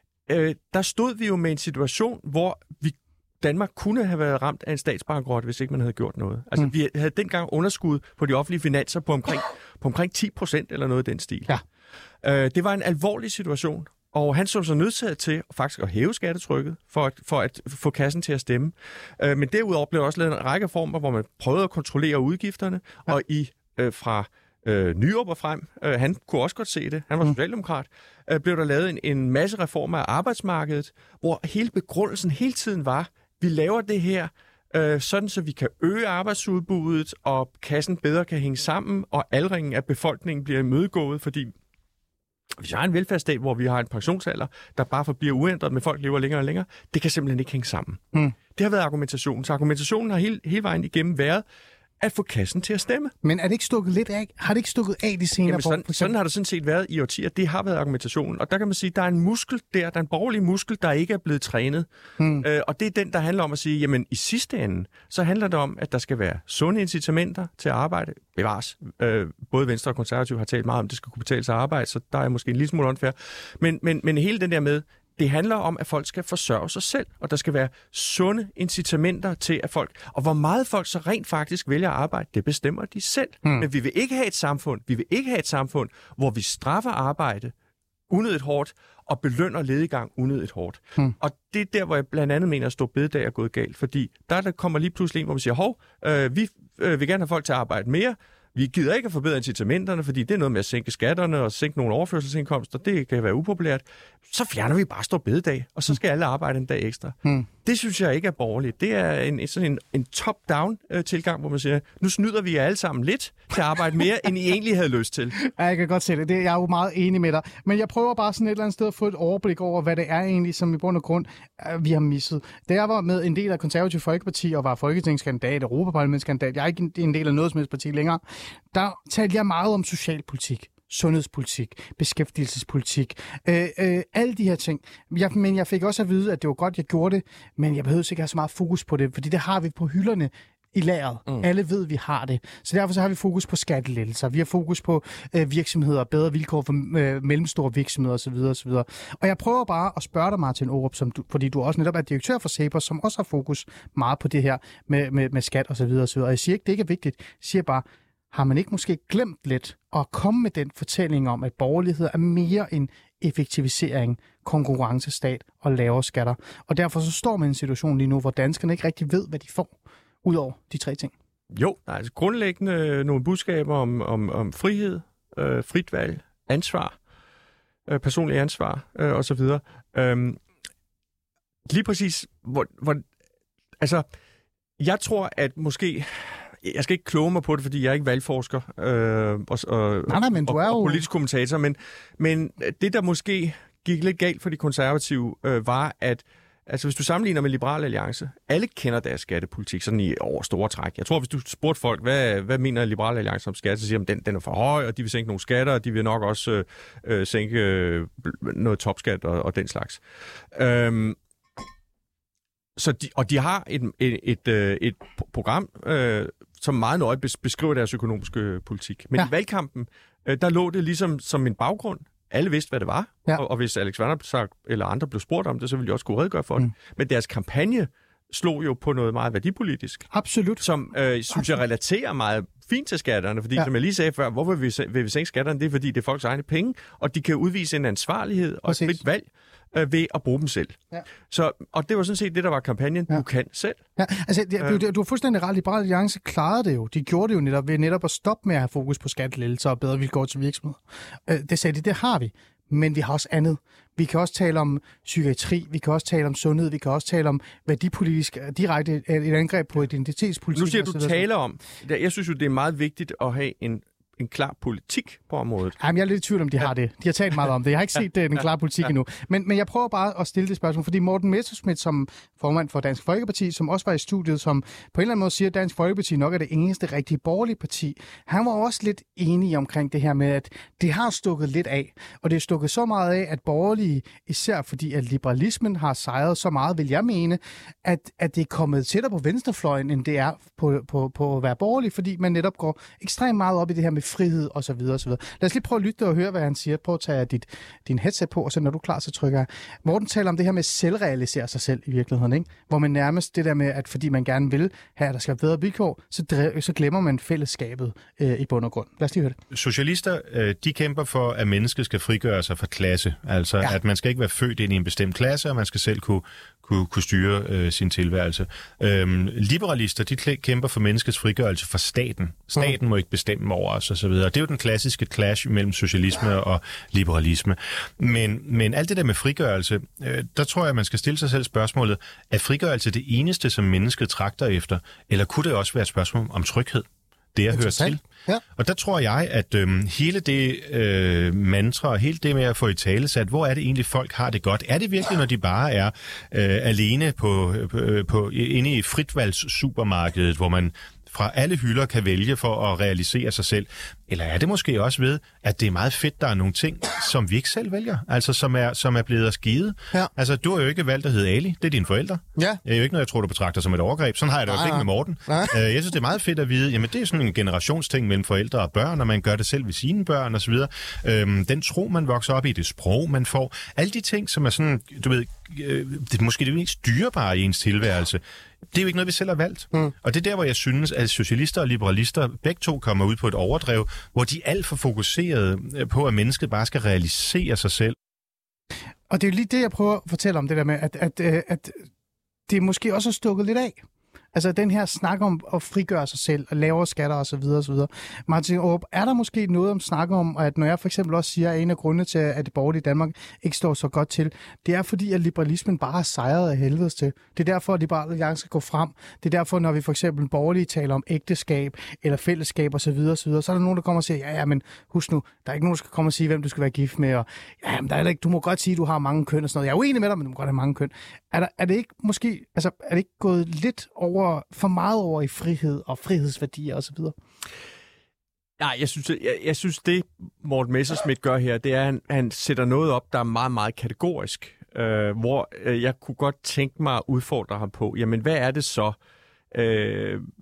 Der stod vi jo med en situation, hvor Danmark kunne have været ramt af en statsbankrot, hvis ikke man havde gjort noget. Altså, vi havde dengang underskud på de offentlige finanser på omkring 10% eller noget i den stil. Ja. Det var en alvorlig situation, og han så sig nødsaget til faktisk at hæve skattetrykket for at få kassen til at stemme. Men derudover blev der også lavet en række reformer, hvor man prøvede at kontrollere udgifterne, og fra Nyrup og frem, han kunne også godt se det, han var socialdemokrat, blev der lavet en masse reformer af arbejdsmarkedet, hvor hele begrundelsen hele tiden var, vi laver det her, sådan så vi kan øge arbejdsudbuddet, og kassen bedre kan hænge sammen, og aldringen af befolkningen bliver imødegået, fordi hvis jeg har en velfærdsstat, hvor vi har en pensionsalder, der bare forbliver uændret, men folk lever længere og længere, det kan simpelthen ikke hænge sammen. Det har været argumentationen. Så argumentationen har hele vejen igennem været at få kassen til at stemme. Men er det ikke stukket lidt af? Har det ikke stukket af de senere? Sådan har det sådan set været i årtier. Det har været argumentationen. Og der kan man sige, at der er en muskel der er en borgerlig muskel, der ikke er blevet trænet. Og det er den, der handler om at sige, jamen i sidste ende, så handler det om, at der skal være sunde incitamenter til at arbejde. Bevares. Både Venstre og Konservative har talt meget om, at det skal kunne betale sig at arbejde, så der er måske en lille smule unfair. Men hele den der med, det handler om, at folk skal forsørge sig selv, og der skal være sunde incitamenter til, at folk... Og hvor meget folk så rent faktisk vælger at arbejde, det bestemmer de selv. Men vi vil ikke have et samfund, hvor vi straffer arbejde unødigt hårdt, og belønner lediggang unødigt hårdt. Og det er der, hvor jeg blandt andet mener, at store bededag er gået galt, fordi der kommer lige pludselig en, hvor man siger, vi vil gerne have folk til at arbejde mere, vi gider ikke at forbedre incitamenterne, fordi det er noget med at sænke skatterne og sænke nogle overførselsindkomster. Det kan være upopulært. Så fjerner vi bare store bededag, og så skal alle arbejde en dag ekstra. Det synes jeg ikke er borgerligt. Det er sådan en top-down tilgang, hvor man siger, nu snyder vi alle sammen lidt til at arbejde mere, end I egentlig havde lyst til. Ja, jeg kan godt se det. Jeg er jo meget enig med dig. Men jeg prøver bare sådan et eller andet sted at få et overblik over, hvad det er egentlig, som i bund og grund vi har misset. Da jeg var med en del af Konservative Folkeparti og var folketingskandidat, europaparlamentskandidat, jeg er ikke en del af noget som helst parti længere, der talte jeg meget om socialpolitik, sundhedspolitik, beskæftigelsespolitik, alle de her ting. Men jeg fik også at vide, at det var godt, jeg gjorde det, men jeg behøvede ikke have så meget fokus på det, fordi det har vi på hylderne i lageret. Alle ved, vi har det. Så derfor så har vi fokus på skattelettelser. Vi har fokus på virksomheder, bedre vilkår for mellemstore virksomheder osv. osv. Og jeg prøver bare at spørge dig, Martin Aarup, fordi du også netop er direktør for CEPOS, som også har fokus meget på det her med skat osv. Og jeg siger ikke, det ikke er vigtigt. Jeg siger bare, har man ikke måske glemt lidt at komme med den fortælling om, at borgerlighed er mere end effektivisering, konkurrencestat og lavere skatter. Og derfor så står man i en situation lige nu, hvor danskerne ikke rigtig ved, hvad de får, ud over de 3 ting. Jo, altså grundlæggende nogle budskaber om frihed, frit valg, ansvar, personlig ansvar osv. Lige præcis, altså, jeg tror, at måske... Jeg skal ikke kloge mig på det, fordi jeg er ikke valgforsker og politisk kommentator, men det, der måske gik lidt galt for de konservative, var, at altså, hvis du sammenligner med Liberal Alliance, alle kender deres skattepolitik sådan i over store træk. Jeg tror, hvis du spurgte folk, hvad mener Liberal Alliance om skat, så siger de, den er for høj, og de vil sænke nogle skatter, og de vil nok også sænke noget topskat og den slags. De har et program, som meget nøje beskriver deres økonomiske politik. Men i valgkampen, der lå det ligesom som en baggrund. Alle vidste, hvad det var. Ja. Og hvis Alex Vanopslagh eller andre blev spurgt om det, så ville de også kunne redegøre for det. Men deres kampagne slog jo på noget meget værdipolitisk. Absolut. Som, synes jeg, relaterer meget fint til skatterne. Fordi, som jeg lige sagde før, hvorfor vil vi sænke skatterne? Det er, fordi det er folks egne penge, og de kan udvise en ansvarlighed og et frit valg ved at bruge dem selv. Ja. Og det var sådan set det, der var kampagnen. Du kan selv. Ja, altså, du har fuldstændig ret. Liberal Alliance klarede det jo. De gjorde det jo netop ved netop at stoppe med at have fokus på skattelettelser og bedre vilkår til virksomheder. Det sagde de, det har vi. Men vi har også andet. Vi kan også tale om psykiatri, vi kan også tale om sundhed, vi kan også tale om værdipolitisk, direkte et angreb på identitetspolitik. Nu siger du taler om. Jeg synes jo, det er meget vigtigt at have en klar politik på området. Jamen, jeg er lidt i tvivl om, de har det. De har talt meget om det. Jeg har ikke set den klare politik endnu. Men jeg prøver bare at stille det spørgsmål, fordi Morten Messerschmidt, som formand for Dansk Folkeparti, som også var i studiet, som på en eller anden måde siger, at Dansk Folkeparti nok er det eneste rigtige borgerlige parti, han var også lidt enig omkring det her med, at det har stukket lidt af. Og det er stukket så meget af, at borgerlige, især fordi at liberalismen har sejret så meget, vil jeg mene, at det er kommet tættere på venstrefløjen, end det er på at være borgerlig, fordi man netop går ekstremt meget op i det her med frihed og så videre og så videre. Lad os lige prøve at lytte og høre, hvad han siger. Prøv at tage din headset på, og så når du er klar, så trykker jeg. Morten taler om det her med at selvrealisere sig selv i virkeligheden, ikke? Hvor man nærmest det der med, at fordi man gerne vil have, at der skal være bedre vilkår, så glemmer man fællesskabet i bund og grund. Lad os lige høre det. Socialister, de kæmper for, at mennesket skal frigøre sig fra klasse. Altså, at man skal ikke være født ind i en bestemt klasse, og man skal selv kunne styre sin tilværelse. Liberalister, de kæmper for menneskets frigørelse fra staten. Staten må ikke bestemme over os, og så videre. Det er jo den klassiske clash mellem socialisme og liberalisme. Men alt det der med frigørelse, der tror jeg, man skal stille sig selv spørgsmålet, er frigørelse det eneste, som mennesket tragter efter? Eller kunne det også være et spørgsmål om tryghed? Det jeg hører til. Ja. Og der tror jeg, at hele det mantra, hele det med at få i talesat, hvor er det egentlig, folk har det godt? Er det virkelig, når de bare er alene inde i fritvalgssupermarkedet, hvor man fra alle hylder kan vælge for at realisere sig selv? Eller er det måske også ved, at det er meget fedt, der er nogle ting, som vi ikke selv vælger, altså som er blevet os givet? Ja. Altså, du har jo ikke valgt at hedde Ali, det er dine forældre. Ja. Det er jo ikke noget, jeg tror, du betragter som et overgreb. Sådan har jeg det jo ikke med Morten. Jeg synes, det er meget fedt at vide, jamen det er sådan en generationsting mellem forældre og børn, og man gør det selv ved sine børn osv. Den tro, man vokser op i, det sprog, man får, alle de ting, som er sådan, du ved, det er måske det mest dyrebare i ens tilværelse. Det er jo ikke noget, vi selv har valgt. Og det er der, hvor jeg synes, at socialister og liberalister begge to kommer ud på et overdrev, hvor de er alt for fokuseret på, at mennesket bare skal realisere sig selv. Og det er jo lige det, jeg prøver at fortælle om, det der med, at det måske også er stukket lidt af. Altså den her snak om at frigøre sig selv og lavere skatter og så videre og så videre. Martin Aarup, er der måske noget om snak om, at når jeg for eksempel også siger, at en af grundene til, at det borgerlige Danmark ikke står så godt til, det er fordi, at liberalismen bare er sejret af helvedes til. Det er derfor, at Liberal Alliance skal gå frem. Det er derfor, når vi for eksempel borgerlige taler om ægteskab eller fællesskab og så videre, så er der nogen, der kommer og siger, ja, men husk nu, der er ikke nogen, der skal komme og sige, hvem du skal være gift med, og ja, men der er ikke, du må godt sige, at du har mange køn og sådan noget. Jeg er uenig med dig, men du må godt have mange køn. Er det ikke måske, altså er det ikke gået lidt for meget over i frihed og frihedsværdier og så videre? Nej, jeg synes det Morten Messerschmidt gør her, det er, at han sætter noget op, der er meget, meget kategorisk, hvor jeg kunne godt tænke mig at udfordre ham på, jamen hvad er det så,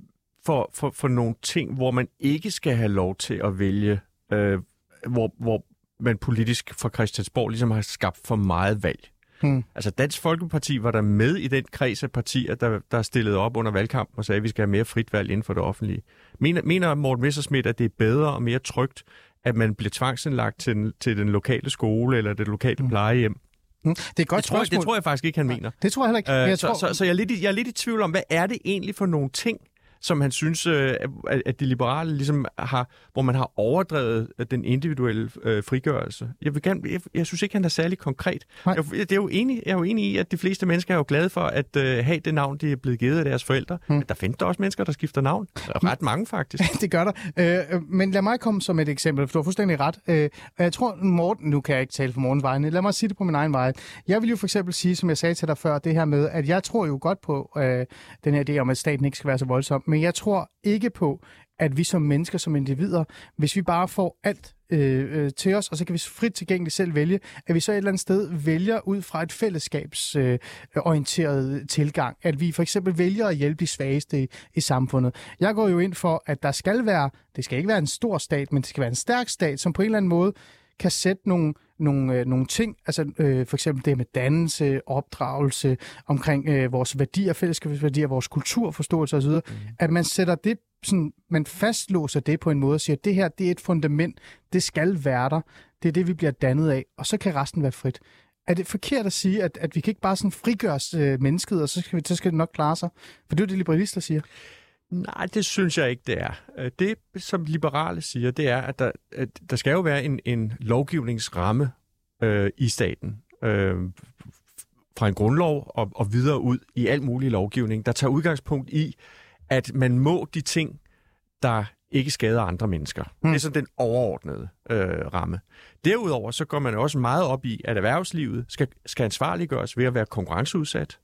for nogle ting, hvor man ikke skal have lov til at vælge, hvor man politisk fra Christiansborg ligesom har skabt for meget valg. Altså Dansk Folkeparti var der med i den kreds af partier, der stillede op under valgkampen og sagde, at vi skal have mere frit valg inden for det offentlige. Mener Morten Messerschmidt, at det er bedre og mere trygt, at man bliver tvangsindlagt til den lokale skole eller det lokale plejehjem? Det er et godt spørgsmål. Det tror jeg faktisk ikke, han mener. Det tror jeg heller ikke. Så jeg er lidt i tvivl om, hvad er det egentlig for nogle ting, som han synes, at de liberale ligesom har, hvor man har overdrevet den individuelle frigørelse. Jeg synes ikke, han er særlig konkret. Jeg er jo enig i, at de fleste mennesker er jo glade for at have det navn, de er blevet givet af deres forældre. Der findes der også mennesker, der skifter navn. Ret mange, faktisk. Det gør der. Men lad mig komme som et eksempel, for du har fuldstændig ret. Jeg tror, Morten, nu kan jeg ikke tale for Mortens vegne, lad mig sige det på min egen vej. Jeg vil jo for eksempel sige, som jeg sagde til dig før, det her med, at jeg tror jo godt på den her idé om, at staten ikke skal være så voldsom. Men jeg tror ikke på, at vi som mennesker, som individer, hvis vi bare får alt til os, og så kan vi frit tilgængeligt selv vælge, at vi så et eller andet sted vælger ud fra et fællesskabsorienteret tilgang. At vi for eksempel vælger at hjælpe de svageste i samfundet. Jeg går jo ind for, at det skal ikke være en stor stat, men det skal være en stærk stat, som på en eller anden måde kan sætte nogle ting, altså for eksempel det med dannelse, opdragelse, omkring vores værdier, fællesskabsværdier, vores kulturforståelse osv., at man sætter det, sådan, man fastlåser det på en måde og siger, at det her, det er et fundament, det skal være der, det er det, vi bliver dannet af, og så kan resten være frit. Er det forkert at sige, at vi kan ikke bare sådan frigøres mennesket, og så skal det nok klare sig? For det er jo det, liberalister siger. Nej, det synes jeg ikke, det er. Det, som liberale siger, det er, at der skal jo være en lovgivningsramme i staten fra en grundlov og videre ud i al mulig lovgivning, der tager udgangspunkt i, at man må de ting, der ikke skader andre mennesker. Det er sådan den overordnede ramme. Derudover så går man også meget op i, at erhvervslivet skal ansvarliggøres ved at være konkurrenceudsat.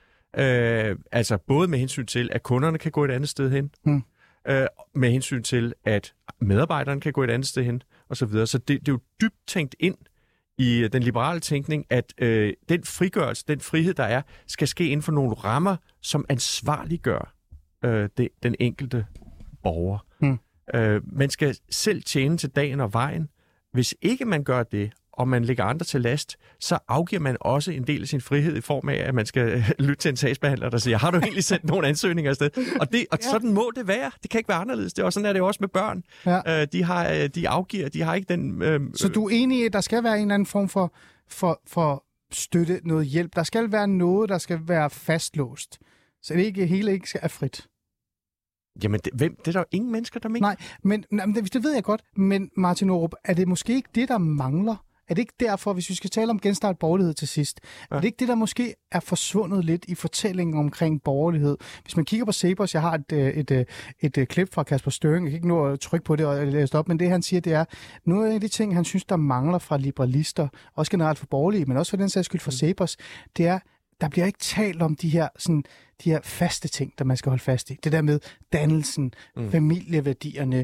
Altså både med hensyn til, at kunderne kan gå et andet sted hen, med hensyn til, at medarbejderne kan gå et andet sted hen, osv. Så det er jo dybt tænkt ind i den liberale tænkning, at den frigørelse, den frihed, der er, skal ske inden for nogle rammer, som ansvarliggør den enkelte borger. Man skal selv tjene til dagen og vejen. Hvis ikke man gør det, og man lægger andre til last, så afgiver man også en del af sin frihed i form af, at man skal lytte til en sagsbehandler, der siger, har du egentlig sendt nogle ansøgninger afsted? Og sådan må det være. Det kan ikke være anderledes. Sådan er det også med børn. Ja. De afgiver, de har ikke den... Så du er enig i, at der skal være en eller anden form for støtte, noget hjælp? Der skal være noget, der skal være fastlåst, så det ikke hele ikke er frit? Jamen, det er der jo ingen mennesker, der mener. Nej, men det ved jeg godt. Men Martin Aarup, er det måske ikke det, der mangler? Er det ikke derfor, hvis vi skal tale om genstart borgerlighed til sidst, er det ikke det, der måske er forsvundet lidt i fortællingen omkring borgerlighed? Hvis man kigger på Cepos, jeg har et klip fra Kasper Støring, jeg kan ikke nå at trykke på det og læse op, men det han siger, det er, nogle af de ting, han synes, der mangler fra liberalister, også generelt for borgerlige, men også for den sags skyld for Cepos, det er, der bliver ikke talt om de her faste ting, der man skal holde fast i. Det der med dannelsen, familieværdierne,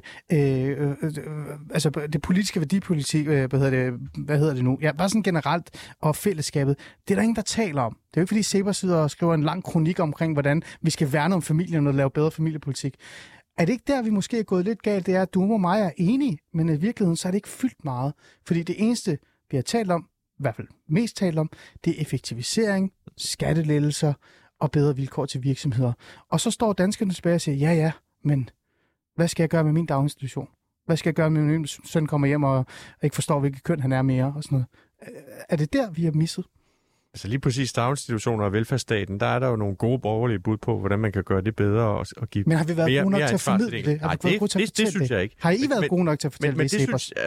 altså det politiske værdipolitik, hvad hedder det nu? Ja, bare sådan generelt, og fællesskabet. Det er der ingen, der taler om. Det er jo ikke, fordi Cepos sidder og skriver en lang kronik omkring, hvordan vi skal værne om familien og lave bedre familiepolitik. Er det ikke der, vi måske er gået lidt galt? Det er, at du og mig er enige, men i virkeligheden så er det ikke fyldt meget. Fordi det eneste, vi har talt om, i hvert fald mest talt om, det er effektivisering, skattelettelser og bedre vilkår til virksomheder. Og så står danskerne tilbage og siger, ja, men hvad skal jeg gøre med min daginstitution? Hvad skal jeg gøre med min søn kommer hjem og ikke forstår, hvilket køn han er mere? Og sådan noget. Er det der, vi har misset? Altså lige præcis daginstitutioner og velfærdsstaten, der er der jo nogle gode borgerlige bud på, hvordan man kan gøre det bedre og give. Men har vi været gode nok til at formidle det? Nej, det synes jeg ikke. Har I været gode nok til at fortælle det i Cepos?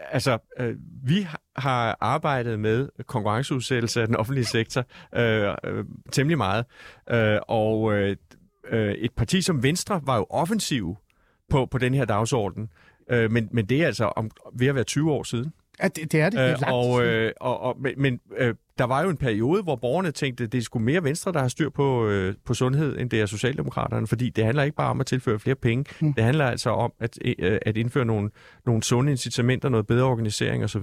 Vi har arbejdet med konkurrenceudsættelse af den offentlige sektor temmelig meget. Et parti som Venstre var jo offensiv på den her dagsorden. Men det er altså ved at være 20 år siden. Ja, det er det. Det er der var jo en periode, hvor borgerne tænkte, at det er sgu mere Venstre, der har styr på sundhed, end det er Socialdemokraterne, fordi det handler ikke bare om at tilføre flere penge. Det handler altså om at indføre nogle sunde incitamenter, noget bedre organisering osv.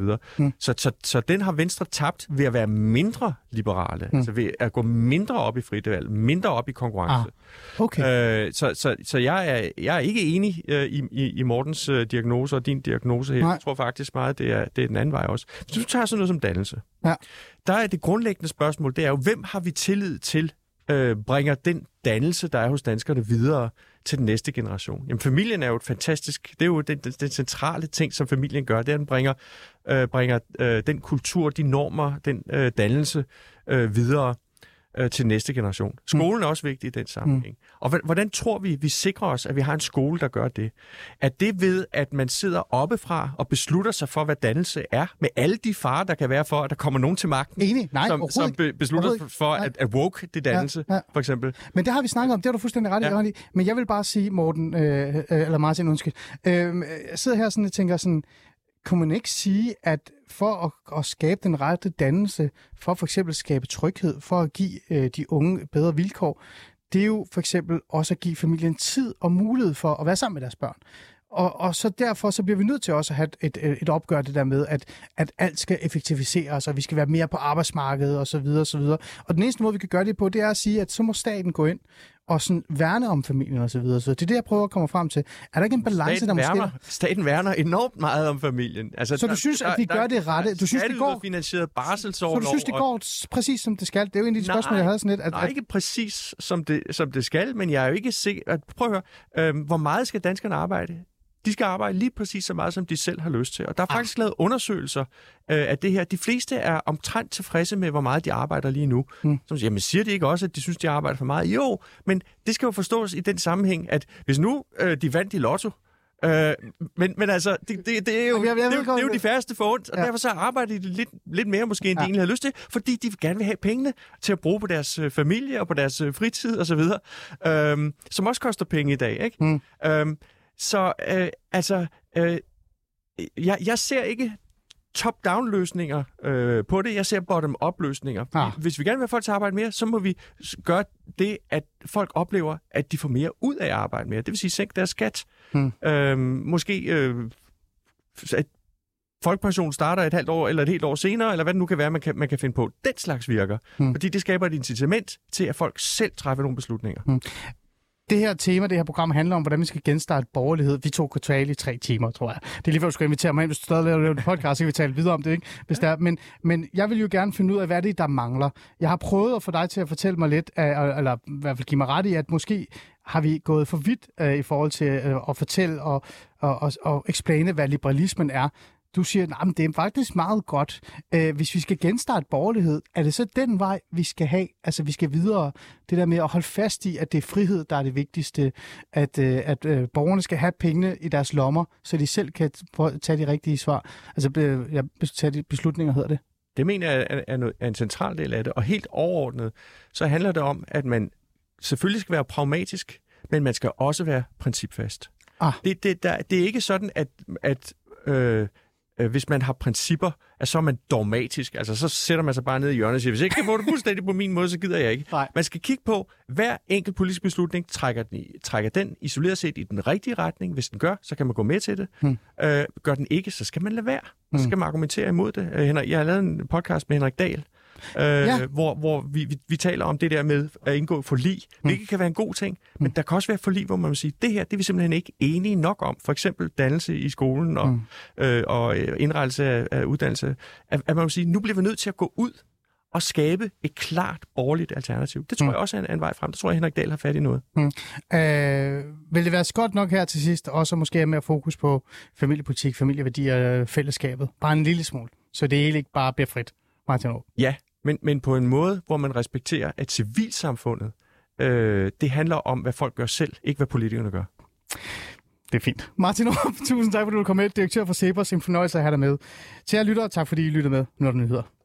Så den har Venstre tabt ved at være mindre liberale, altså ved at gå mindre op i frit valg, mindre op i konkurrence. Okay. Så jeg er ikke enig i Mortens diagnose og din diagnose her. Jeg tror faktisk meget, det er den anden vej også. Hvis du tager sådan noget som dannelse, der er det grundlæggende spørgsmål, det er jo, hvem har vi tillid til bringer den dannelse, der er hos danskerne, videre til den næste generation? Jamen, familien er jo et fantastisk... Det er jo den centrale ting, som familien gør. Det er, at den bringer den kultur, de normer, den dannelse videre til næste generation. Skolen er også vigtig i den sammenhæng. Og hvordan tror vi sikrer os, at vi har en skole, der gør det? At det ved, at man sidder oppefra og beslutter sig for, hvad dannelse er, med alle de farer, der kan være for, at der kommer nogen til magten, som beslutter for, at woke det dannelse, for eksempel. Men det har vi snakket om, det har du fuldstændig ret i. Men jeg vil bare sige, Morten, eller Martin, undskyld. Jeg sidder her sådan og tænker sådan, kunne man ikke sige, at for at skabe den rette dannelse, for eksempel at skabe tryghed, for at give de unge bedre vilkår, det er jo for eksempel også at give familien tid og mulighed for at være sammen med deres børn. Og så derfor så bliver vi nødt til også at have et opgør det der med, at alt skal effektiviseres, og vi skal være mere på arbejdsmarkedet og så videre og så videre. Og den eneste måde, vi kan gøre det på, det er at sige, at så må staten gå ind og sådan værne om familien og så videre. Så det er det, jeg prøver at komme frem til. Er der ikke en balance, der måske... Staten værner enormt meget om familien. Altså, så du synes, at vi gør det rette? Du synes, det går... finansieret barselsorlov. Så du synes, det går præcis, som det skal? Det er jo en af de spørgsmål, jeg havde sådan lidt. Nej, ikke præcis, som det skal, men jeg er jo ikke sikker... Prøv at høre, hvor meget skal danskerne arbejde? De skal arbejde lige præcis så meget, som de selv har lyst til. Og der er faktisk lavet undersøgelser af det her. De fleste er omtrent tilfredse med, hvor meget de arbejder lige nu. Som siger, men siger de ikke også, at de synes, de arbejder for meget? Jo, men det skal jo forstås i den sammenhæng, at hvis nu de vandt i lotto, men altså, det er jo de færreste forundt, og derfor så arbejder de lidt mere måske, end de egentlig har lyst til, fordi de gerne vil have pengene til at bruge på deres familie og på deres fritid osv., som også koster penge i dag, ikke? Jeg ser ikke top-down-løsninger på det. Jeg ser bottom-up-løsninger. Hvis vi gerne vil have folk til at arbejde mere, så må vi gøre det, at folk oplever, at de får mere ud af at arbejde mere. Det vil sige, sænke deres skat. At folkepensionen starter et halvt år eller et helt år senere, eller hvad det nu kan være, man kan finde på. Den slags virker. Fordi det skaber et incitament til, at folk selv træffer nogle beslutninger. Det her tema, det her program handler om, hvordan vi skal genstarte borgerlighed. Vi tog tale i 3 timer, tror jeg. Det er lige før, du skal invitere mig ind. Hvis du stadig laver en podcast, så kan vi tale videre om det, ikke? Hvis der er. Men jeg vil jo gerne finde ud af, hvad det er, der mangler. Jeg har prøvet at få dig til at fortælle mig lidt, eller i hvert fald give mig ret i, at måske har vi gået for vidt i forhold til at fortælle og explaine, hvad liberalismen er. Du siger, at det er faktisk meget godt. Hvis vi skal genstarte borgerlighed, er det så den vej, vi skal have? Altså, vi skal videre. Det der med at holde fast i, at det er frihed, der er det vigtigste. At borgerne skal have pengene i deres lommer, så de selv kan tage de rigtige svar. Altså, tage de beslutninger, hedder det. Det mener jeg er en central del af det. Og helt overordnet, så handler det om, at man selvfølgelig skal være pragmatisk, men man skal også være principfast. Det er ikke sådan, at hvis man har principper, at så er man dogmatisk. Altså, så sætter man sig bare ned i hjørnet og siger, hvis ikke jeg får det fuldstændig på min måde, så gider jeg ikke. Nej. Man skal kigge på, hver enkelt politisk beslutning trækker den isoleret set i den rigtige retning. Hvis den gør, så kan man gå med til det. Gør den ikke, så skal man lade være. Så skal man argumentere imod det. Jeg har lavet en podcast med Henrik Dahl, hvor vi taler om det der med at indgå forlig. Hvilket kan være en god ting, men der kan også være forlig, hvor man vil sige, det her, det er vi simpelthen ikke enige nok om. For eksempel dannelse i skolen og indrettelse af uddannelse. At man vil sige, nu bliver vi nødt til at gå ud og skabe et klart borgerligt alternativ. Det tror jeg også er en vej frem. Det tror jeg, Henrik Dahl har fat i noget. Vil det være godt nok her til sidst, også måske mere fokus på familiepolitik, familieværdier og fællesskabet? Bare en lille smule, så det hele ikke bare bliver frit. Martin Aarup. Ja, men på en måde, hvor man respekterer, at civilsamfundet, det handler om, hvad folk gør selv, ikke hvad politikerne gør. Det er fint. Martin Aarup, tusind tak, fordi du kom med. Direktør for CEPOS, en fornøjelse at have dig med. Til jer lyttere, tak fordi I lyttede med. Nu er der nyheder.